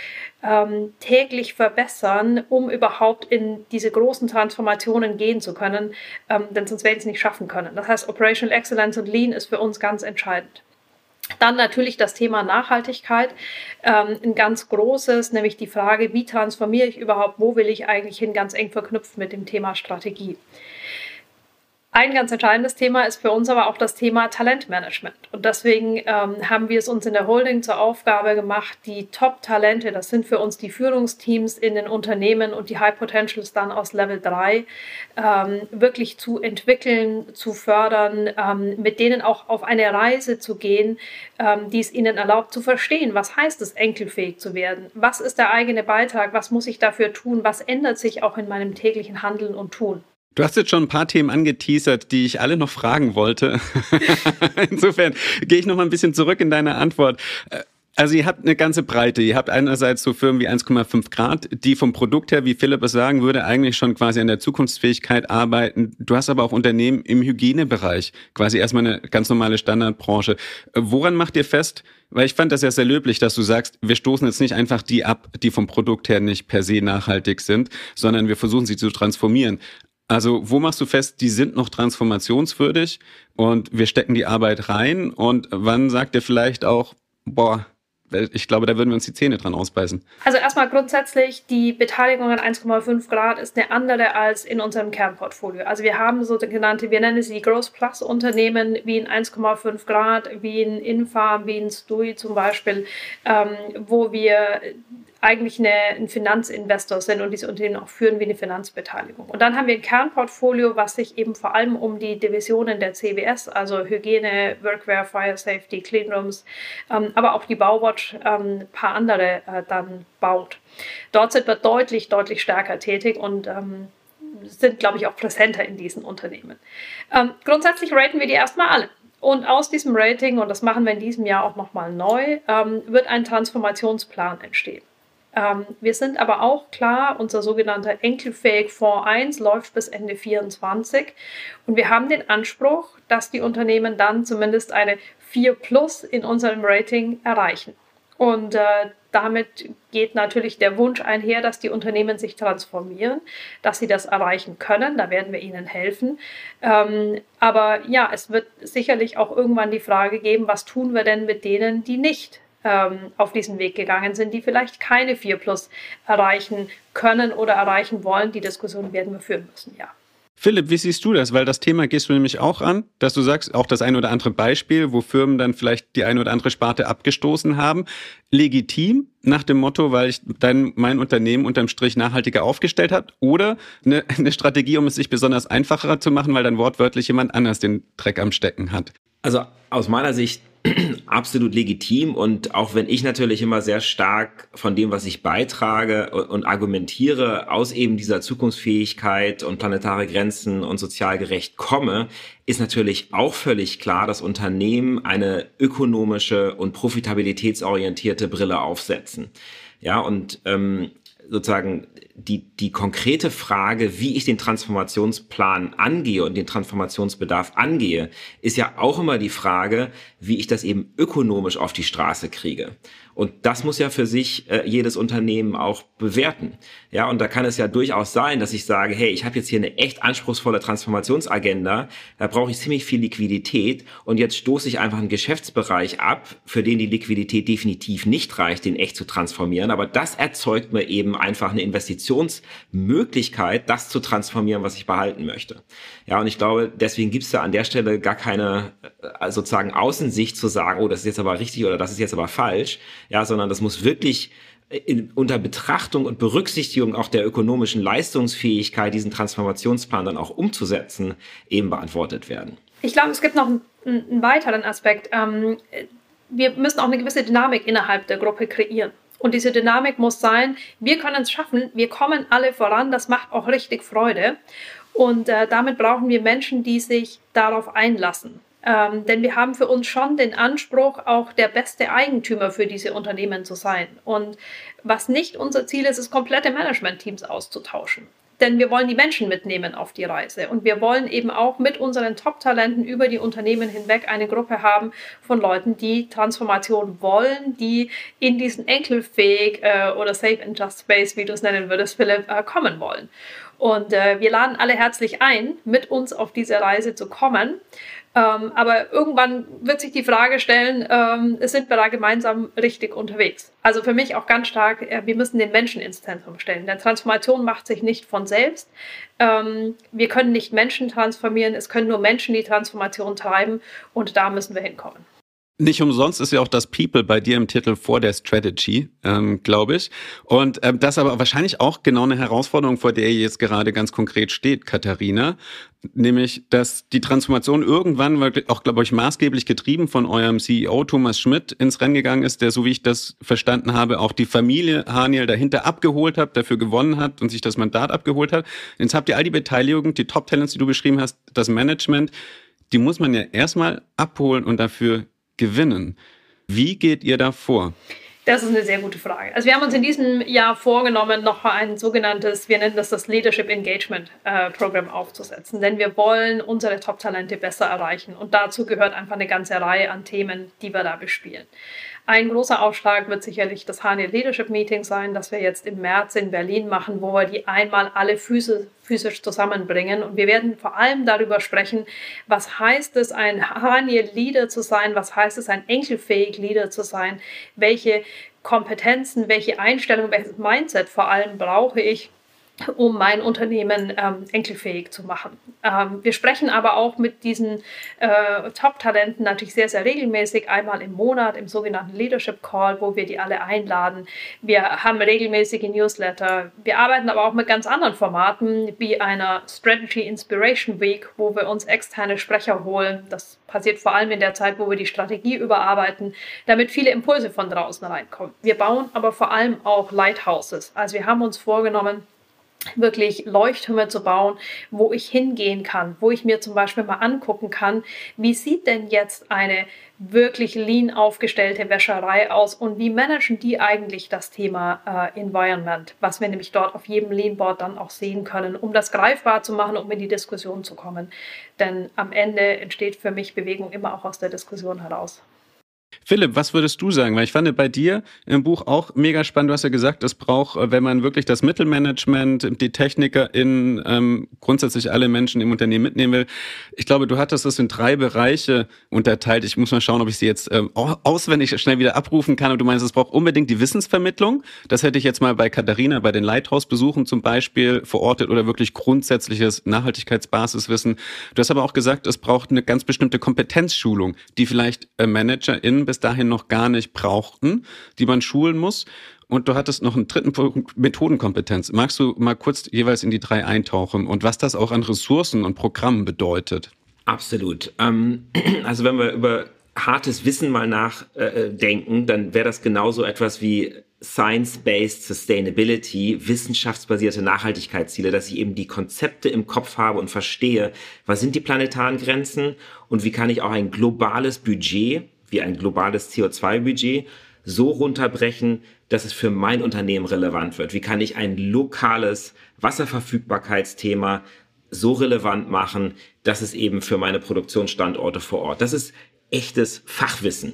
täglich verbessern, um überhaupt in diese großen Transformationen gehen zu können, denn sonst werden sie es nicht schaffen können. Das heißt, Operational Excellence und Lean ist für uns ganz entscheidend. Dann natürlich das Thema Nachhaltigkeit, ein ganz großes, nämlich die Frage, wie transformiere ich überhaupt, wo will ich eigentlich hin, ganz eng verknüpft mit dem Thema Strategie. Ein ganz entscheidendes Thema ist für uns aber auch das Thema Talentmanagement. Und deswegen haben wir es uns in der Holding zur Aufgabe gemacht, die Top-Talente, das sind für uns die Führungsteams in den Unternehmen und die High Potentials dann aus Level 3, wirklich zu entwickeln, zu fördern, mit denen auch auf eine Reise zu gehen, die es ihnen erlaubt zu verstehen, was heißt es, enkelfähig zu werden, was ist der eigene Beitrag, was muss ich dafür tun, was ändert sich auch in meinem täglichen Handeln und Tun. Du hast jetzt schon ein paar Themen angeteasert, die ich alle noch fragen wollte. Insofern gehe ich noch mal ein bisschen zurück in deine Antwort. Also ihr habt eine ganze Breite. Ihr habt einerseits so Firmen wie 1,5 Grad, die vom Produkt her, wie Philipp es sagen würde, eigentlich schon quasi an der Zukunftsfähigkeit arbeiten. Du hast aber auch Unternehmen im Hygienebereich, quasi erstmal eine ganz normale Standardbranche. Woran macht ihr fest? Weil ich fand das ja sehr löblich, dass du sagst, wir stoßen jetzt nicht einfach die ab, die vom Produkt her nicht per se nachhaltig sind, sondern wir versuchen sie zu transformieren. Also wo machst du fest, die sind noch transformationswürdig und wir stecken die Arbeit rein? Und wann sagt ihr vielleicht auch, boah, ich glaube, da würden wir uns die Zähne dran ausbeißen? Also erstmal grundsätzlich, die Beteiligung an 1,5 Grad ist eine andere als in unserem Kernportfolio. Also wir haben sogenannte, wir nennen sie die Growth Plus Unternehmen, wie in 1,5 Grad, wie in Infarm, wie in Stui zum Beispiel, wo wir eigentlich ein Finanzinvestor sind und diese Unternehmen auch führen wie eine Finanzbeteiligung. Und dann haben wir ein Kernportfolio, was sich eben vor allem um die Divisionen der CWS, also Hygiene, Workwear, Fire Safety, Cleanrooms, aber auch die Bauwatch, ein paar andere dann baut. Dort sind wir deutlich stärker tätig und sind, glaube ich, auch präsenter in diesen Unternehmen. Grundsätzlich raten wir die erstmal alle. Und aus diesem Rating, und das machen wir in diesem Jahr auch nochmal neu, wird ein Transformationsplan entstehen. Wir sind aber auch klar, unser sogenannter Enkelfähig Fonds 1 läuft bis Ende 2024 und wir haben den Anspruch, dass die Unternehmen dann zumindest eine 4+ in unserem Rating erreichen. Und damit geht natürlich der Wunsch einher, dass die Unternehmen sich transformieren, dass sie das erreichen können. Da werden wir ihnen helfen. Aber ja, es wird sicherlich auch irgendwann die Frage geben, was tun wir denn mit denen, die nicht auf diesen Weg gegangen sind, die vielleicht keine 4+ erreichen können oder erreichen wollen. Die Diskussion werden wir führen müssen, ja. Philipp, wie siehst du das? Weil das Thema gehst du nämlich auch an, dass du sagst, auch das ein oder andere Beispiel, wo Firmen dann vielleicht die eine oder andere Sparte abgestoßen haben. Legitim nach dem Motto, weil ich mein Unternehmen unterm Strich nachhaltiger aufgestellt hat, oder eine Strategie, um es sich besonders einfacher zu machen, weil dann wortwörtlich jemand anders den Dreck am Stecken hat. Also aus meiner Sicht absolut legitim, und auch wenn ich natürlich immer sehr stark von dem, was ich beitrage und argumentiere, aus eben dieser Zukunftsfähigkeit und planetare Grenzen und sozial gerecht komme, ist natürlich auch völlig klar, dass Unternehmen eine ökonomische und profitabilitätsorientierte Brille aufsetzen. Ja, und sozusagen die konkrete Frage, wie ich den Transformationsplan angehe und den Transformationsbedarf angehe, ist ja auch immer die Frage, wie ich das eben ökonomisch auf die Straße kriege. Und das muss ja für sich jedes Unternehmen auch bewerten. Ja, und da kann es ja durchaus sein, dass ich sage, hey, ich habe jetzt hier eine echt anspruchsvolle Transformationsagenda, da brauche ich ziemlich viel Liquidität und jetzt stoße ich einfach einen Geschäftsbereich ab, für den die Liquidität definitiv nicht reicht, den echt zu transformieren. Aber das erzeugt mir eben einfach eine Investitionsmöglichkeit, das zu transformieren, was ich behalten möchte. Ja, und ich glaube, deswegen gibt es da an der Stelle gar keine sozusagen Außensicht zu sagen, oh, das ist jetzt aber richtig oder das ist jetzt aber falsch. Ja, sondern das muss wirklich unter Betrachtung und Berücksichtigung auch der ökonomischen Leistungsfähigkeit, diesen Transformationsplan dann auch umzusetzen, eben beantwortet werden. Ich glaube, es gibt noch einen weiteren Aspekt. Wir müssen auch eine gewisse Dynamik innerhalb der Gruppe kreieren. Und diese Dynamik muss sein, wir können es schaffen, wir kommen alle voran, das macht auch richtig Freude. Und damit brauchen wir Menschen, die sich darauf einlassen. Denn wir haben für uns schon den Anspruch, auch der beste Eigentümer für diese Unternehmen zu sein. Und was nicht unser Ziel ist, ist komplette Management-Teams auszutauschen. Denn wir wollen die Menschen mitnehmen auf die Reise. Und wir wollen eben auch mit unseren Top-Talenten über die Unternehmen hinweg eine Gruppe haben von Leuten, die Transformation wollen, die in diesen enkelfähig oder Safe and Just Space, wie du es nennen würdest, Philipp, kommen wollen. Und wir laden alle herzlich ein, mit uns auf diese Reise zu kommen. Aber irgendwann wird sich die Frage stellen, sind wir da gemeinsam richtig unterwegs? Also für mich auch ganz stark, wir müssen den Menschen ins Zentrum stellen. Denn Transformation macht sich nicht von selbst. Wir können nicht Menschen transformieren, es können nur Menschen die Transformation treiben und da müssen wir hinkommen. Nicht umsonst ist ja auch das People bei dir im Titel vor der Strategy, glaube ich. Und das aber wahrscheinlich auch genau eine Herausforderung, vor der ihr jetzt gerade ganz konkret steht, Katharina. Nämlich, dass die Transformation irgendwann, auch, glaube ich, maßgeblich getrieben von eurem CEO Thomas Schmidt ins Rennen gegangen ist, der, so wie ich das verstanden habe, auch die Familie Haniel dahinter abgeholt hat, dafür gewonnen hat und sich das Mandat abgeholt hat. Jetzt habt ihr all die Beteiligung, die Top-Talents, die du beschrieben hast, das Management, die muss man ja erstmal abholen und dafür gewinnen. Wie geht ihr da vor? Das ist eine sehr gute Frage. Also wir haben uns in diesem Jahr vorgenommen, noch ein sogenanntes, wir nennen das Leadership Engagement Programm aufzusetzen. Denn wir wollen unsere Top-Talente besser erreichen. Und dazu gehört einfach eine ganze Reihe an Themen, die wir da bespielen. Ein großer Aufschlag wird sicherlich das Haniel Leadership Meeting sein, das wir jetzt im März in Berlin machen, wo wir die einmal alle physisch zusammenbringen. Und wir werden vor allem darüber sprechen, was heißt es, ein Haniel Leader zu sein, was heißt es, ein enkelfähig Leader zu sein, welche Kompetenzen, welche Einstellung, welches Mindset vor allem brauche ich, um mein Unternehmen enkelfähig zu machen. Wir sprechen aber auch mit diesen Top-Talenten natürlich sehr, sehr regelmäßig, einmal im Monat im sogenannten Leadership Call, wo wir die alle einladen. Wir haben regelmäßige Newsletter. Wir arbeiten aber auch mit ganz anderen Formaten, wie einer Strategy Inspiration Week, wo wir uns externe Sprecher holen. Das passiert vor allem in der Zeit, wo wir die Strategie überarbeiten, damit viele Impulse von draußen reinkommen. Wir bauen aber vor allem auch Lighthouses. Also wir haben uns vorgenommen, wirklich Leuchttürme zu bauen, wo ich hingehen kann, wo ich mir zum Beispiel mal angucken kann, wie sieht denn jetzt eine wirklich lean aufgestellte Wäscherei aus und wie managen die eigentlich das Thema Environment, was wir nämlich dort auf jedem Lean-Board dann auch sehen können, um das greifbar zu machen, um in die Diskussion zu kommen. Denn am Ende entsteht für mich Bewegung immer auch aus der Diskussion heraus. Philipp, was würdest du sagen? Weil ich fand bei dir im Buch auch mega spannend. Du hast ja gesagt, es braucht, wenn man wirklich das Mittelmanagement, die TechnikerInnen, grundsätzlich alle Menschen im Unternehmen mitnehmen will. Ich glaube, du hattest das in 3 Bereiche unterteilt. Ich muss mal schauen, ob ich sie jetzt auswendig schnell wieder abrufen kann. Und du meinst, es braucht unbedingt die Wissensvermittlung. Das hätte ich jetzt mal bei Katharina, bei den Lighthouse-Besuchen zum Beispiel verortet oder wirklich grundsätzliches Nachhaltigkeitsbasiswissen. Du hast aber auch gesagt, es braucht eine ganz bestimmte Kompetenzschulung, die vielleicht ManagerInnen bis dahin noch gar nicht brauchten, die man schulen muss. Und du hattest noch einen 3. Punkt, Methodenkompetenz. Magst du mal kurz jeweils in die 3 eintauchen und was das auch an Ressourcen und Programmen bedeutet? Absolut. Also wenn wir über hartes Wissen mal nachdenken, dann wäre das genauso etwas wie Science-Based Sustainability, wissenschaftsbasierte Nachhaltigkeitsziele, dass ich eben die Konzepte im Kopf habe und verstehe, was sind die planetaren Grenzen und wie kann ich auch ein globales Budget, wie ein globales CO2-Budget, so runterbrechen, dass es für mein Unternehmen relevant wird. Wie kann ich ein lokales Wasserverfügbarkeitsthema so relevant machen, dass es eben für meine Produktionsstandorte vor Ort. Das ist echtes Fachwissen.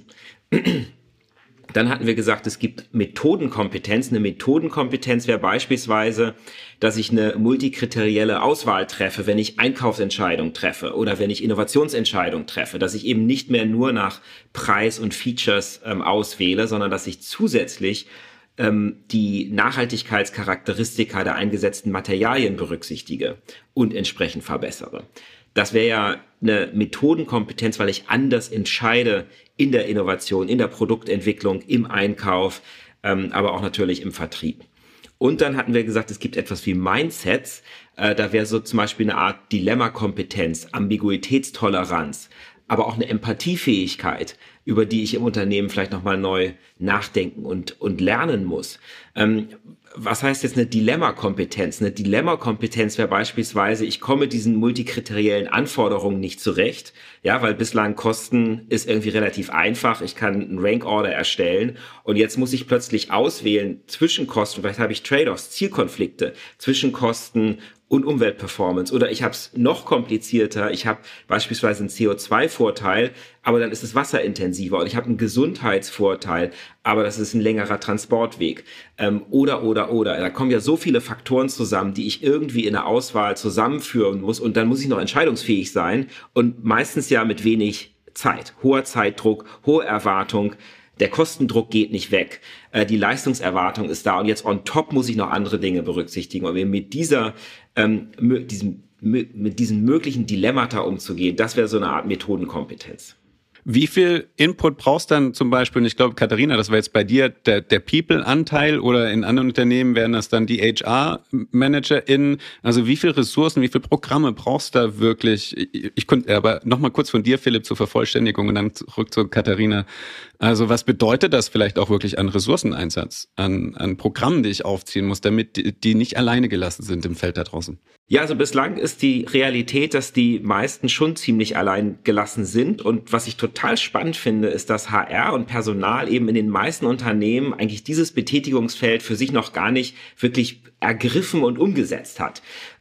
Dann hatten wir gesagt, es gibt Methodenkompetenz. Eine Methodenkompetenz wäre beispielsweise, dass ich eine multikriterielle Auswahl treffe, wenn ich Einkaufsentscheidungen treffe oder wenn ich Innovationsentscheidungen treffe, dass ich eben nicht mehr nur nach Preis und Features auswähle, sondern dass ich zusätzlich die Nachhaltigkeitscharakteristika der eingesetzten Materialien berücksichtige und entsprechend verbessere. Das wäre ja eine Methodenkompetenz, weil ich anders entscheide in der Innovation, in der Produktentwicklung, im Einkauf, aber auch natürlich im Vertrieb. Und dann hatten wir gesagt, es gibt etwas wie Mindsets. Da wäre so zum Beispiel eine Art Dilemmakompetenz, Ambiguitätstoleranz, aber auch eine Empathiefähigkeit, über die ich im Unternehmen vielleicht nochmal neu nachdenken und lernen muss. Was heißt jetzt eine Dilemmakompetenz? Eine Dilemmakompetenz wäre beispielsweise, ich komme diesen multikriteriellen Anforderungen nicht zurecht, ja, weil bislang Kosten ist irgendwie relativ einfach. Ich kann einen Rank-Order erstellen und jetzt muss ich plötzlich auswählen zwischen Kosten, vielleicht habe ich Trade-offs, Zielkonflikte zwischen Kosten und Umweltperformance. Oder ich habe es noch komplizierter, ich habe beispielsweise einen CO2-Vorteil, aber dann ist es wasserintensiver. Und ich habe einen Gesundheitsvorteil, aber das ist ein längerer Transportweg. Oder. Da kommen ja so viele Faktoren zusammen, die ich irgendwie in der Auswahl zusammenführen muss. Und dann muss ich noch entscheidungsfähig sein und meistens ja mit wenig Zeit. Hoher Zeitdruck, hohe Erwartung. Der Kostendruck geht nicht weg, die Leistungserwartung ist da und jetzt on top muss ich noch andere Dinge berücksichtigen. Und mit diesem möglichen Dilemmata umzugehen, das wäre so eine Art Methodenkompetenz. Wie viel Input brauchst du dann zum Beispiel, und ich glaube, Katharina, das war jetzt bei dir der People-Anteil oder in anderen Unternehmen wären das dann die HR-ManagerInnen. Also wie viel Ressourcen, wie viel Programme brauchst du da wirklich? Ich könnte aber nochmal kurz von dir, Philipp, zur Vervollständigung und dann zurück zu Katharina. Also was bedeutet das vielleicht auch wirklich an Ressourceneinsatz, an Programmen, die ich aufziehen muss, damit die nicht alleine gelassen sind im Feld da draußen? Ja, also bislang ist die Realität, dass die meisten schon ziemlich allein gelassen sind. Und was ich total spannend finde, ist, dass HR und Personal eben in den meisten Unternehmen eigentlich dieses Betätigungsfeld für sich noch gar nicht wirklich ergriffen und umgesetzt hat.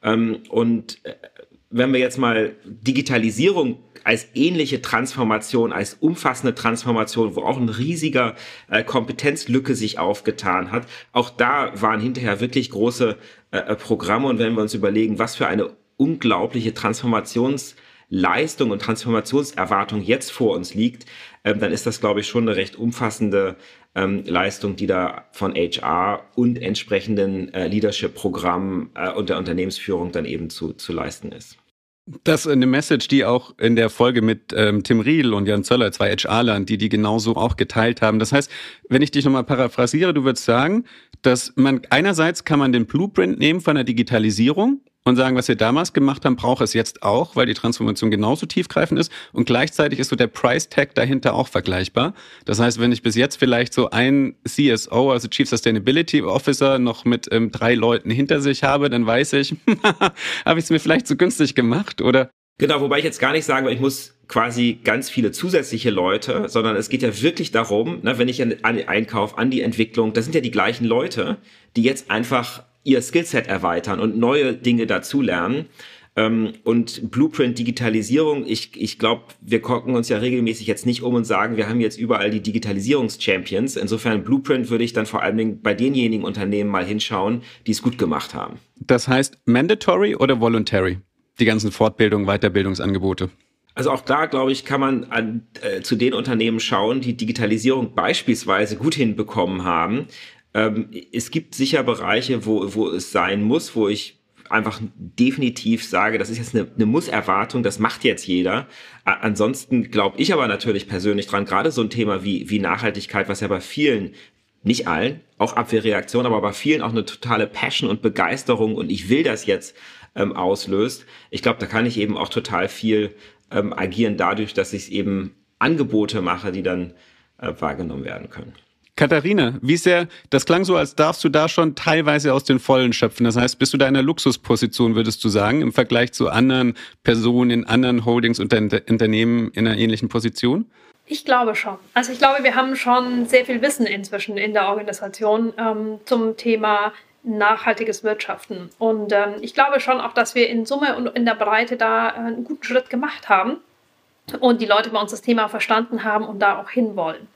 Und wenn wir jetzt mal Digitalisierung als ähnliche Transformation, als umfassende Transformation, wo auch ein riesiger Kompetenzlücke sich aufgetan hat. Auch da waren hinterher wirklich große Programme. Und wenn wir uns überlegen, was für eine unglaubliche Transformationsleistung und Transformationserwartung jetzt vor uns liegt, dann ist das, glaube ich, schon eine recht umfassende Leistung, die da von HR und entsprechenden Leadership-Programmen und der Unternehmensführung dann eben zu leisten ist. Das ist eine Message, die auch in der Folge mit Tim Riedl und Jan Zöller, 2 HRlern, die genauso auch geteilt haben. Das heißt, wenn ich dich nochmal paraphrasiere, du würdest sagen, dass man einerseits kann man den Blueprint nehmen von der Digitalisierung und sagen, was wir damals gemacht haben, braucht es jetzt auch, weil die Transformation genauso tiefgreifend ist. Und gleichzeitig ist so der Price Tag dahinter auch vergleichbar. Das heißt, wenn ich bis jetzt vielleicht so ein CSO, also Chief Sustainability Officer, noch mit 3 Leuten hinter sich habe, dann weiß ich, habe ich es mir vielleicht zu günstig gemacht, oder? Genau, wobei ich jetzt gar nicht sagen will, ich muss quasi ganz viele zusätzliche Leute, sondern es geht ja wirklich darum, wenn ich an den Einkauf, an die Entwicklung, das sind ja die gleichen Leute, die jetzt einfach ihr Skillset erweitern und neue Dinge dazulernen. Und Blueprint Digitalisierung, ich glaube, wir gucken uns ja regelmäßig jetzt nicht um und sagen, wir haben jetzt überall die Digitalisierungs-Champions. Insofern Blueprint würde ich dann vor allen Dingen bei denjenigen Unternehmen mal hinschauen, die es gut gemacht haben. Das heißt mandatory oder voluntary? Die ganzen Fortbildungen, Weiterbildungsangebote. Also auch da, glaube ich, kann man zu den Unternehmen schauen, die Digitalisierung beispielsweise gut hinbekommen haben. Es gibt sicher Bereiche, wo es sein muss, wo ich einfach definitiv sage, das ist jetzt eine Muss-Erwartung, das macht jetzt jeder. Ansonsten glaube ich aber natürlich persönlich dran, gerade so ein Thema wie Nachhaltigkeit, was ja bei vielen, nicht allen, auch Abwehrreaktion, aber bei vielen auch eine totale Passion und Begeisterung und ich will das jetzt auslöst. Ich glaube, da kann ich eben auch total viel agieren dadurch, dass ich eben Angebote mache, die dann wahrgenommen werden können. Katharina, wie sehr, das klang so, als darfst du da schon teilweise aus den Vollen schöpfen. Das heißt, bist du da in einer Luxusposition, würdest du sagen, im Vergleich zu anderen Personen in anderen Holdings und Unternehmen in einer ähnlichen Position? Ich glaube schon. Also ich glaube, wir haben schon sehr viel Wissen inzwischen in der Organisation zum Thema nachhaltiges Wirtschaften. Und ich glaube schon auch, dass wir in Summe und in der Breite da einen guten Schritt gemacht haben und die Leute bei uns das Thema verstanden haben und da auch hinwollen.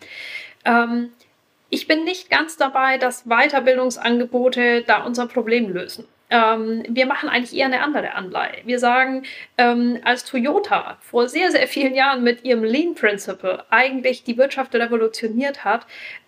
Ich bin nicht ganz dabei, dass Weiterbildungsangebote da unser Problem lösen. Wir machen eigentlich eher eine andere Anleihe. Wir sagen, als Toyota vor sehr, sehr vielen Jahren mit ihrem Lean Principle eigentlich die Wirtschaft revolutioniert hat,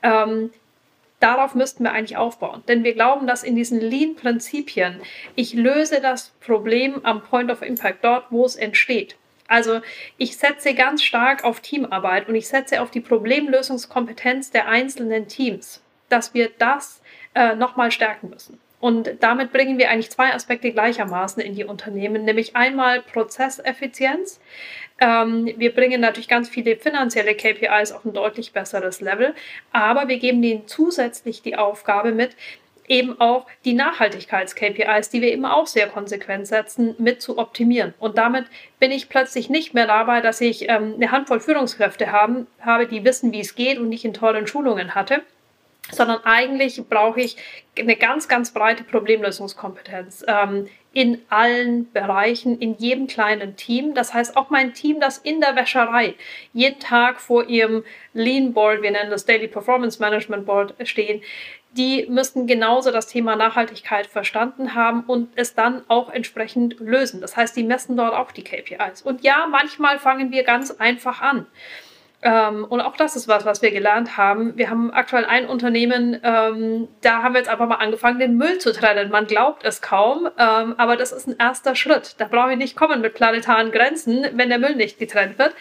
darauf müssten wir eigentlich aufbauen. Denn wir glauben, dass in diesen Lean-Prinzipien ich löse das Problem am Point of Impact, dort, wo es entsteht. Also ich setze ganz stark auf Teamarbeit und ich setze auf die Problemlösungskompetenz der einzelnen Teams, dass wir das nochmal stärken müssen. Und damit bringen wir eigentlich 2 Aspekte gleichermaßen in die Unternehmen, nämlich einmal Prozesseffizienz. Wir bringen natürlich ganz viele finanzielle KPIs auf ein deutlich besseres Level, aber wir geben denen zusätzlich die Aufgabe mit, eben auch die Nachhaltigkeits-KPIs, die wir eben auch sehr konsequent setzen, mit zu optimieren. Und damit bin ich plötzlich nicht mehr dabei, dass ich eine Handvoll Führungskräfte habe, die wissen, wie es geht und nicht in tollen Schulungen hatte, sondern eigentlich brauche ich eine ganz, ganz breite Problemlösungskompetenz in allen Bereichen, in jedem kleinen Team. Das heißt, auch mein Team, das in der Wäscherei jeden Tag vor ihrem Lean Board, wir nennen das Daily Performance Management Board, stehen, die müssten genauso das Thema Nachhaltigkeit verstanden haben und es dann auch entsprechend lösen. Das heißt, die messen dort auch die KPIs. Und ja, manchmal fangen wir ganz einfach an. Und auch das ist was wir gelernt haben. Wir haben aktuell ein Unternehmen, da haben wir jetzt einfach mal angefangen, den Müll zu trennen. Man glaubt es kaum, aber das ist ein erster Schritt. Da brauche ich nicht kommen mit planetaren Grenzen, wenn der Müll nicht getrennt wird.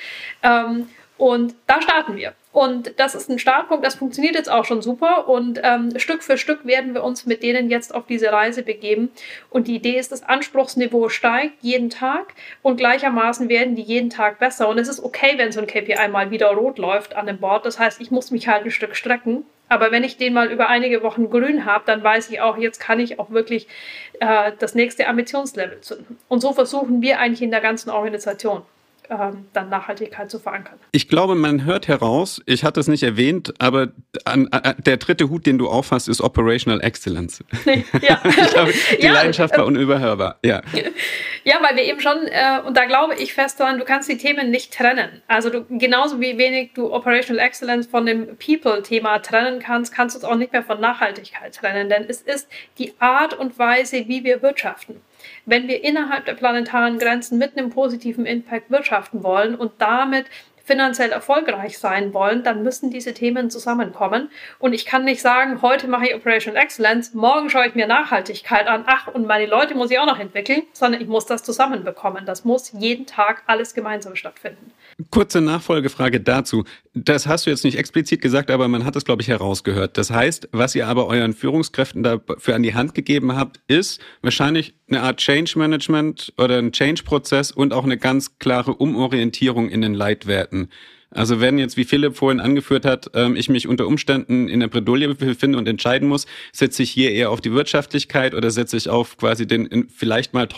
Und da starten wir. Und das ist ein Startpunkt, das funktioniert jetzt auch schon super. Und Stück für Stück werden wir uns mit denen jetzt auf diese Reise begeben. Und die Idee ist, das Anspruchsniveau steigt jeden Tag und gleichermaßen werden die jeden Tag besser. Und es ist okay, wenn so ein KPI mal wieder rot läuft an dem Board. Das heißt, ich muss mich halt ein Stück strecken. Aber wenn ich den mal über einige Wochen grün habe, dann weiß ich auch, jetzt kann ich auch wirklich das nächste Ambitionslevel zünden. Und so versuchen wir eigentlich in der ganzen Organisation dann Nachhaltigkeit zu verankern. Ich glaube, man hört heraus, ich hatte es nicht erwähnt, aber der dritte Hut, den du aufhast, ist Operational Excellence. Ja. Ich glaube, die Leidenschaft war unüberhörbar. Ja, weil wir eben schon, und da glaube ich fest daran, du kannst die Themen nicht trennen. Also genauso wie wenig du Operational Excellence von dem People-Thema trennen kannst, kannst du es auch nicht mehr von Nachhaltigkeit trennen, denn es ist die Art und Weise, wie wir wirtschaften. Wenn wir innerhalb der planetaren Grenzen mit einem positiven Impact wirtschaften wollen und damit finanziell erfolgreich sein wollen, dann müssen diese Themen zusammenkommen. Und ich kann nicht sagen, heute mache ich Operational Excellence, morgen schaue ich mir Nachhaltigkeit an, und meine Leute muss ich auch noch entwickeln, sondern ich muss das zusammenbekommen. Das muss jeden Tag alles gemeinsam stattfinden. Kurze Nachfolgefrage dazu. Das hast du jetzt nicht explizit gesagt, aber man hat es, glaube ich, herausgehört. Das heißt, was ihr aber euren Führungskräften dafür an die Hand gegeben habt, ist wahrscheinlich eine Art Change Management oder ein Change-Prozess und auch eine ganz klare Umorientierung in den Leitwerten. Also wenn jetzt, wie Philipp vorhin angeführt hat, ich mich unter Umständen in der Bredouille befinde und entscheiden muss, setze ich hier eher auf die Wirtschaftlichkeit oder setze ich auf quasi den vielleicht mal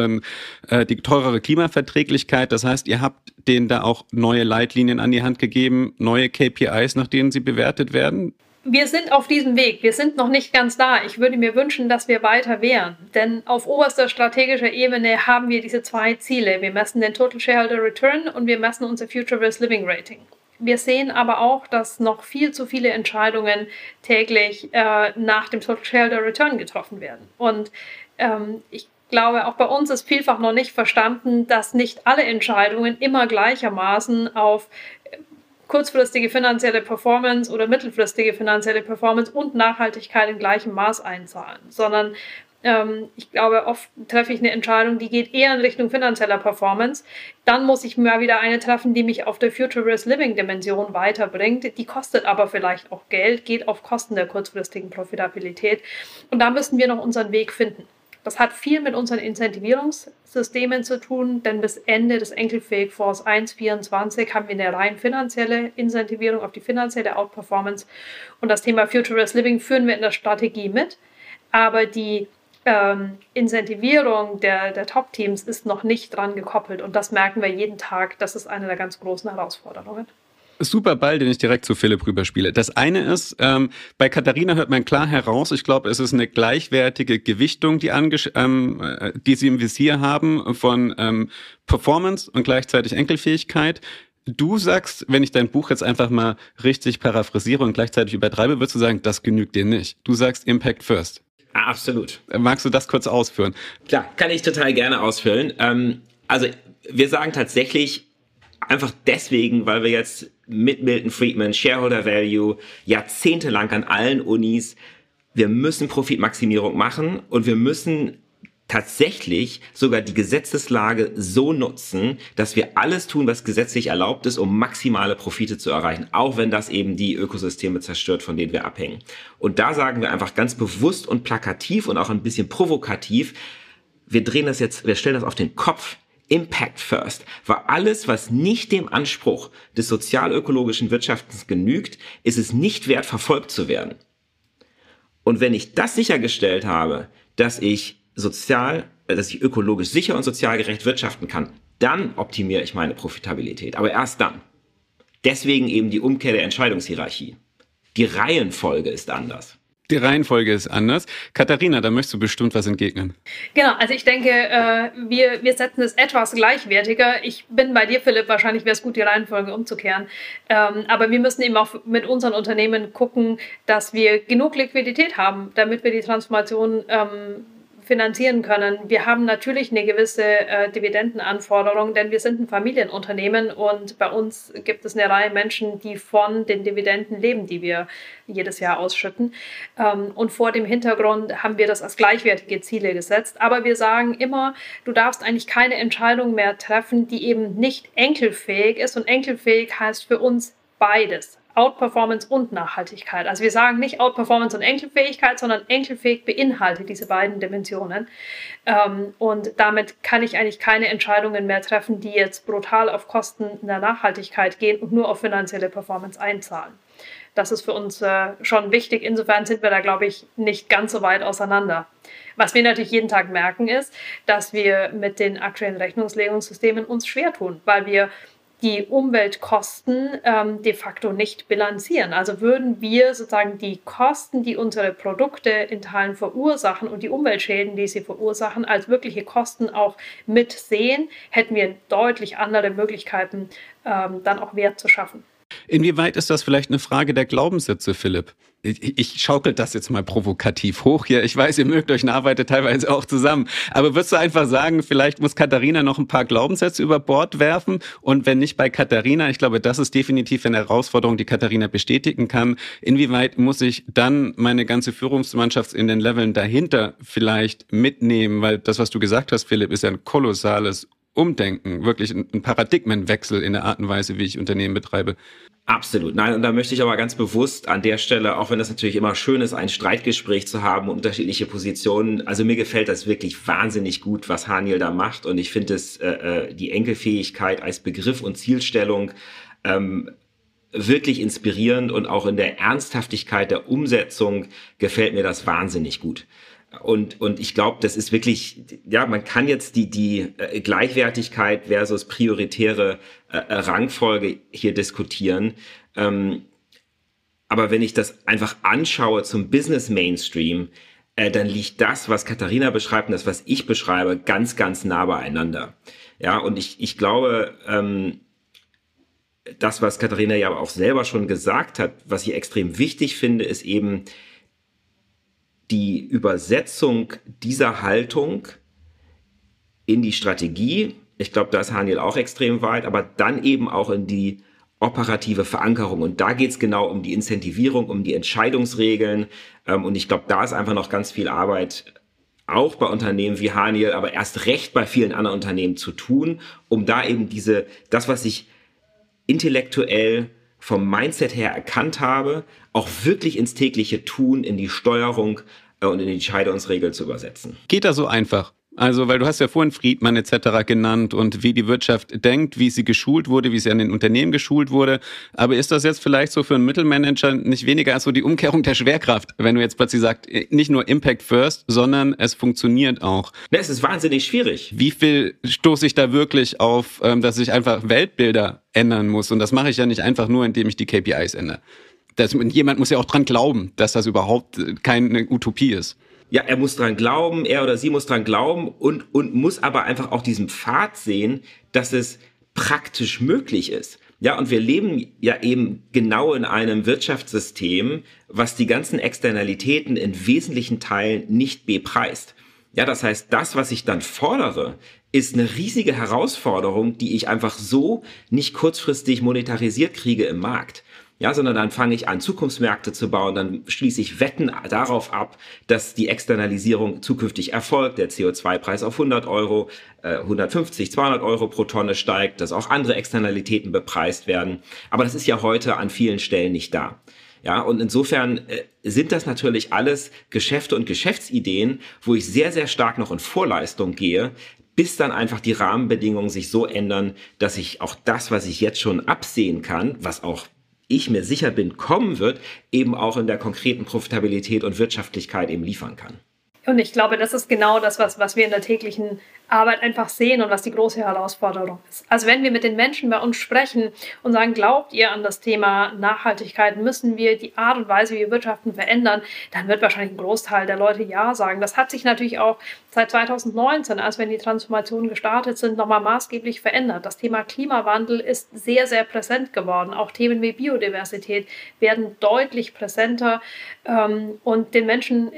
die teurere Klimaverträglichkeit. Das heißt, ihr habt denen da auch neue Leitlinien an die Hand gegeben, neue KPIs, nach denen sie bewertet werden? Wir sind auf diesem Weg. Wir sind noch nicht ganz da. Ich würde mir wünschen, dass wir weiter wären. Denn auf oberster strategischer Ebene haben wir diese zwei Ziele. Wir messen den Total Shareholder Return und wir messen unser Future Risk Living Rating. Wir sehen aber auch, dass noch viel zu viele Entscheidungen täglich nach dem Total Shareholder Return getroffen werden. Und ich glaube, auch bei uns ist vielfach noch nicht verstanden, dass nicht alle Entscheidungen immer gleichermaßen auf kurzfristige finanzielle Performance oder mittelfristige finanzielle Performance und Nachhaltigkeit in gleichem Maß einzahlen, sondern ich glaube, oft treffe ich eine Entscheidung, die geht eher in Richtung finanzieller Performance. Dann muss ich mal wieder eine treffen, die mich auf der Future Risk Living Dimension weiterbringt. Die kostet aber vielleicht auch Geld, geht auf Kosten der kurzfristigen Profitabilität. Und da müssen wir noch unseren Weg finden. Das hat viel mit unseren Incentivierungssystemen zu tun, denn bis Ende des Enkelfähig-Fonds 1/24 haben wir eine rein finanzielle Incentivierung auf die finanzielle Outperformance. Und das Thema Future Risk Living führen wir in der Strategie mit. Aber die Incentivierung der Top-Teams ist noch nicht dran gekoppelt. Und das merken wir jeden Tag. Das ist eine der ganz großen Herausforderungen. Super Ball, den ich direkt zu Philipp rüberspiele. Das eine ist, bei Katharina hört man klar heraus, ich glaube, es ist eine gleichwertige Gewichtung, die sie im Visier haben von Performance und gleichzeitig Enkelfähigkeit. Du sagst, wenn ich dein Buch jetzt einfach mal richtig paraphrasiere und gleichzeitig übertreibe, würdest du sagen, das genügt dir nicht. Du sagst Impact First. Absolut. Magst du das kurz ausführen? Klar, kann ich total gerne ausfüllen. Also wir sagen tatsächlich einfach deswegen, weil wir jetzt mit Milton Friedman, Shareholder Value, jahrzehntelang an allen Unis, wir müssen Profitmaximierung machen und wir müssen tatsächlich sogar die Gesetzeslage so nutzen, dass wir alles tun, was gesetzlich erlaubt ist, um maximale Profite zu erreichen, auch wenn das eben die Ökosysteme zerstört, von denen wir abhängen. Und da sagen wir einfach ganz bewusst und plakativ und auch ein bisschen provokativ, wir stellen das auf den Kopf. Impact First, weil alles, was nicht dem Anspruch des sozial-ökologischen Wirtschaftens genügt, ist es nicht wert, verfolgt zu werden. Und wenn ich das sichergestellt habe, dass ich ökologisch sicher und sozial gerecht wirtschaften kann, dann optimiere ich meine Profitabilität. Aber erst dann. Deswegen eben die Umkehr der Entscheidungshierarchie. Die Reihenfolge ist anders. Die Reihenfolge ist anders. Katharina, da möchtest du bestimmt was entgegnen. Genau, also ich denke, wir setzen es etwas gleichwertiger. Ich bin bei dir, Philipp, wahrscheinlich wäre es gut, die Reihenfolge umzukehren. Aber wir müssen eben auch mit unseren Unternehmen gucken, dass wir genug Liquidität haben, damit wir die Transformation finanzieren können. Wir haben natürlich eine gewisse Dividendenanforderung, denn wir sind ein Familienunternehmen und bei uns gibt es eine Reihe Menschen, die von den Dividenden leben, die wir jedes Jahr ausschütten. Und vor dem Hintergrund haben wir das als gleichwertige Ziele gesetzt. Aber wir sagen immer, du darfst eigentlich keine Entscheidung mehr treffen, die eben nicht enkelfähig ist. Und enkelfähig heißt für uns beides. Outperformance und Nachhaltigkeit. Also wir sagen nicht Outperformance und Enkelfähigkeit, sondern enkelfähig beinhaltet diese beiden Dimensionen. Und damit kann ich eigentlich keine Entscheidungen mehr treffen, die jetzt brutal auf Kosten der Nachhaltigkeit gehen und nur auf finanzielle Performance einzahlen. Das ist für uns schon wichtig. Insofern sind wir da, glaube ich, nicht ganz so weit auseinander. Was wir natürlich jeden Tag merken, ist, dass wir mit den aktuellen Rechnungslegungssystemen uns schwer tun, weil wir die Umweltkosten de facto nicht bilanzieren. Also würden wir sozusagen die Kosten, die unsere Produkte in Teilen verursachen und die Umweltschäden, die sie verursachen, als wirkliche Kosten auch mitsehen, hätten wir deutlich andere Möglichkeiten, dann auch Wert zu schaffen. Inwieweit ist das vielleicht eine Frage der Glaubenssätze, Philipp? Ich schaukel das jetzt mal provokativ hoch hier. Ich weiß, ihr mögt euch und arbeitet teilweise auch zusammen. Aber würdest du einfach sagen, vielleicht muss Katharina noch ein paar Glaubenssätze über Bord werfen? Und wenn nicht bei Katharina, ich glaube, das ist definitiv eine Herausforderung, die Katharina bestätigen kann. Inwieweit muss ich dann meine ganze Führungsmannschaft in den Leveln dahinter vielleicht mitnehmen? Weil das, was du gesagt hast, Philipp, ist ja ein kolossales Umdenken, wirklich ein Paradigmenwechsel in der Art und Weise, wie ich Unternehmen betreibe. Absolut. Nein, und da möchte ich aber ganz bewusst an der Stelle, auch wenn das natürlich immer schön ist, ein Streitgespräch zu haben, unterschiedliche Positionen. Also mir gefällt das wirklich wahnsinnig gut, was Haniel da macht. Und ich finde es, die Enkelfähigkeit als Begriff und Zielstellung wirklich inspirierend und auch in der Ernsthaftigkeit der Umsetzung gefällt mir das wahnsinnig gut. Und ich glaube, das ist wirklich, ja, man kann jetzt die Gleichwertigkeit versus prioritäre Rangfolge hier diskutieren. Aber wenn ich das einfach anschaue zum Business Mainstream, dann liegt das, was Katharina beschreibt und das, was ich beschreibe, ganz, ganz nah beieinander. Ja, und ich glaube, das, was Katharina ja auch selber schon gesagt hat, was ich extrem wichtig finde, ist eben die Übersetzung dieser Haltung in die Strategie. Ich glaube, da ist Haniel auch extrem weit, aber dann eben auch in die operative Verankerung. Und da geht es genau um die Incentivierung, um die Entscheidungsregeln. Und ich glaube, da ist einfach noch ganz viel Arbeit, auch bei Unternehmen wie Haniel, aber erst recht bei vielen anderen Unternehmen zu tun, um da eben das, was ich intellektuell vom Mindset her erkannt habe, auch wirklich ins tägliche Tun, in die Steuerung und in die Entscheidungsregel zu übersetzen. Geht das so einfach? Also, weil du hast ja vorhin Friedman etc. genannt und wie die Wirtschaft denkt, wie sie geschult wurde, wie sie an den Unternehmen geschult wurde. Aber ist das jetzt vielleicht so für einen Mittelmanager nicht weniger als so die Umkehrung der Schwerkraft, wenn du jetzt plötzlich sagst, nicht nur Impact first, sondern es funktioniert auch? Es ist wahnsinnig schwierig. Wie viel stoße ich da wirklich auf, dass ich einfach Weltbilder ändern muss? Und das mache ich ja nicht einfach nur, indem ich die KPIs ändere. Jemand muss ja auch dran glauben, dass das überhaupt keine Utopie ist. Ja, er muss dran glauben, er oder sie muss dran glauben und muss aber einfach auch diesen Pfad sehen, dass es praktisch möglich ist. Ja, und wir leben ja eben genau in einem Wirtschaftssystem, was die ganzen Externalitäten in wesentlichen Teilen nicht bepreist. Ja, das heißt, das, was ich dann fordere, ist eine riesige Herausforderung, die ich einfach so nicht kurzfristig monetarisiert kriege im Markt. Ja, sondern dann fange ich an, Zukunftsmärkte zu bauen, dann schließe ich Wetten darauf ab, dass die Externalisierung zukünftig erfolgt, der CO2-Preis auf 100 Euro, 150, 200 Euro pro Tonne steigt, dass auch andere Externalitäten bepreist werden. Aber das ist ja heute an vielen Stellen nicht da. Ja, und insofern sind das natürlich alles Geschäfte und Geschäftsideen, wo ich sehr, sehr stark noch in Vorleistung gehe, bis dann einfach die Rahmenbedingungen sich so ändern, dass ich auch das, was ich jetzt schon absehen kann, was auch ich mir sicher bin, kommen wird, eben auch in der konkreten Profitabilität und Wirtschaftlichkeit eben liefern kann. Und ich glaube, das ist genau das, was wir in der täglichen Arbeit einfach sehen und was die große Herausforderung ist. Also wenn wir mit den Menschen bei uns sprechen und sagen, glaubt ihr an das Thema Nachhaltigkeit, müssen wir die Art und Weise, wie wir wirtschaften, verändern, dann wird wahrscheinlich ein Großteil der Leute Ja sagen. Das hat sich natürlich auch seit 2019, als wir in die Transformation gestartet sind, nochmal maßgeblich verändert. Das Thema Klimawandel ist sehr, sehr präsent geworden. Auch Themen wie Biodiversität werden deutlich präsenter und den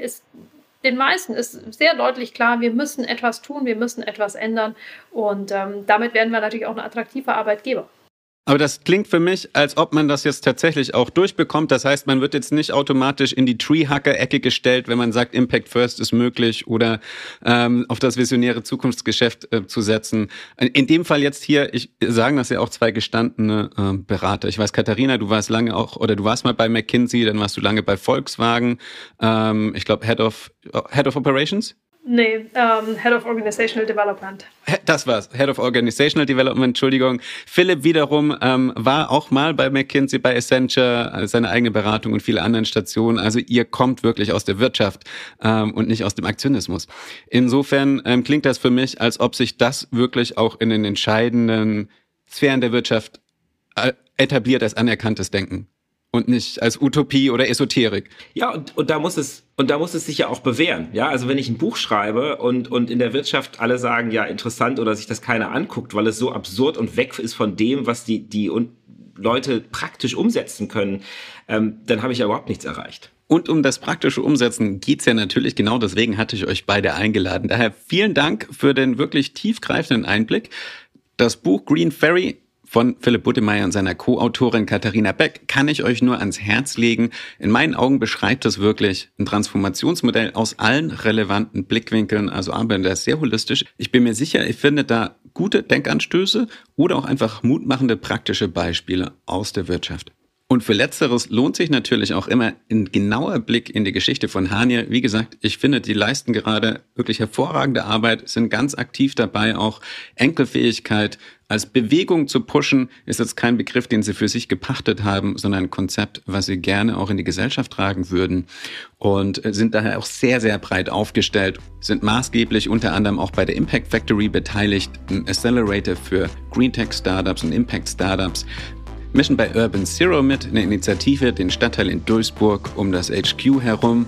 meisten ist sehr deutlich klar, wir müssen etwas tun, wir müssen etwas ändern und damit werden wir natürlich auch ein attraktiver Arbeitgeber. Aber das klingt für mich, als ob man das jetzt tatsächlich auch durchbekommt. Das heißt, man wird jetzt nicht automatisch in die Treehacker-Ecke gestellt, wenn man sagt, Impact First ist möglich oder auf das visionäre Zukunftsgeschäft zu setzen. In dem Fall jetzt hier, sagen das ja auch zwei gestandene Berater. Ich weiß, Katharina, du warst mal bei McKinsey, dann warst du lange bei Volkswagen. Ich glaube, Head of Operations? Nee, Head of Organizational Development. Das war's, Head of Organizational Development, Entschuldigung. Philipp wiederum war auch mal bei McKinsey, bei Accenture, seine eigene Beratung und viele anderen Stationen. Also ihr kommt wirklich aus der Wirtschaft und nicht aus dem Aktionismus. Insofern klingt das für mich, als ob sich das wirklich auch in den entscheidenden Sphären der Wirtschaft etabliert als anerkanntes Denken. Und nicht als Utopie oder Esoterik. Ja, und da muss es sich ja auch bewähren. Ja, also wenn ich ein Buch schreibe und in der Wirtschaft alle sagen, ja, interessant oder sich das keiner anguckt, weil es so absurd und weg ist von dem, was die Leute praktisch umsetzen können, dann habe ich ja überhaupt nichts erreicht. Und um das praktische Umsetzen geht's ja natürlich, genau deswegen hatte ich euch beide eingeladen. Daher vielen Dank für den wirklich tiefgreifenden Einblick. Das Buch Green Ferry von Philipp Buttemeyer und seiner Co-Autorin Katharina Beck kann ich euch nur ans Herz legen. In meinen Augen beschreibt es wirklich ein Transformationsmodell aus allen relevanten Blickwinkeln, also arbeitet das sehr holistisch. Ich bin mir sicher, ihr findet da gute Denkanstöße oder auch einfach mutmachende praktische Beispiele aus der Wirtschaft. Und für Letzteres lohnt sich natürlich auch immer ein genauer Blick in die Geschichte von Haniel. Wie gesagt, ich finde, die leisten gerade wirklich hervorragende Arbeit, sind ganz aktiv dabei, auch Enkelfähigkeit als Bewegung zu pushen. Ist jetzt kein Begriff, den sie für sich gepachtet haben, sondern ein Konzept, was sie gerne auch in die Gesellschaft tragen würden und sind daher auch sehr, sehr breit aufgestellt, sind maßgeblich unter anderem auch bei der Impact Factory beteiligt, ein Accelerator für Green Tech Startups und Impact Startups. Mischen bei Urban Zero mit, eine Initiative, den Stadtteil in Duisburg um das HQ herum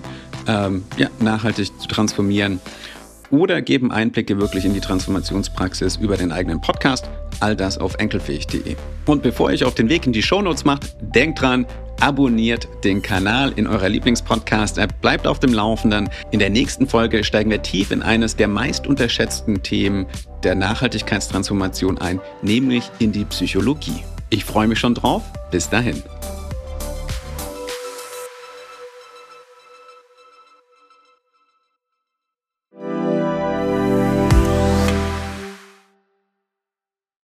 nachhaltig zu transformieren oder geben Einblicke wirklich in die Transformationspraxis über den eigenen Podcast. All das auf enkelfähig.de. Und bevor ihr euch auf den Weg in die Shownotes macht, denkt dran, abonniert den Kanal in eurer Lieblingspodcast-App, bleibt auf dem Laufenden. In der nächsten Folge steigen wir tief in eines der meist unterschätzten Themen der Nachhaltigkeitstransformation ein, nämlich in die Psychologie. Ich freue mich schon drauf. Bis dahin.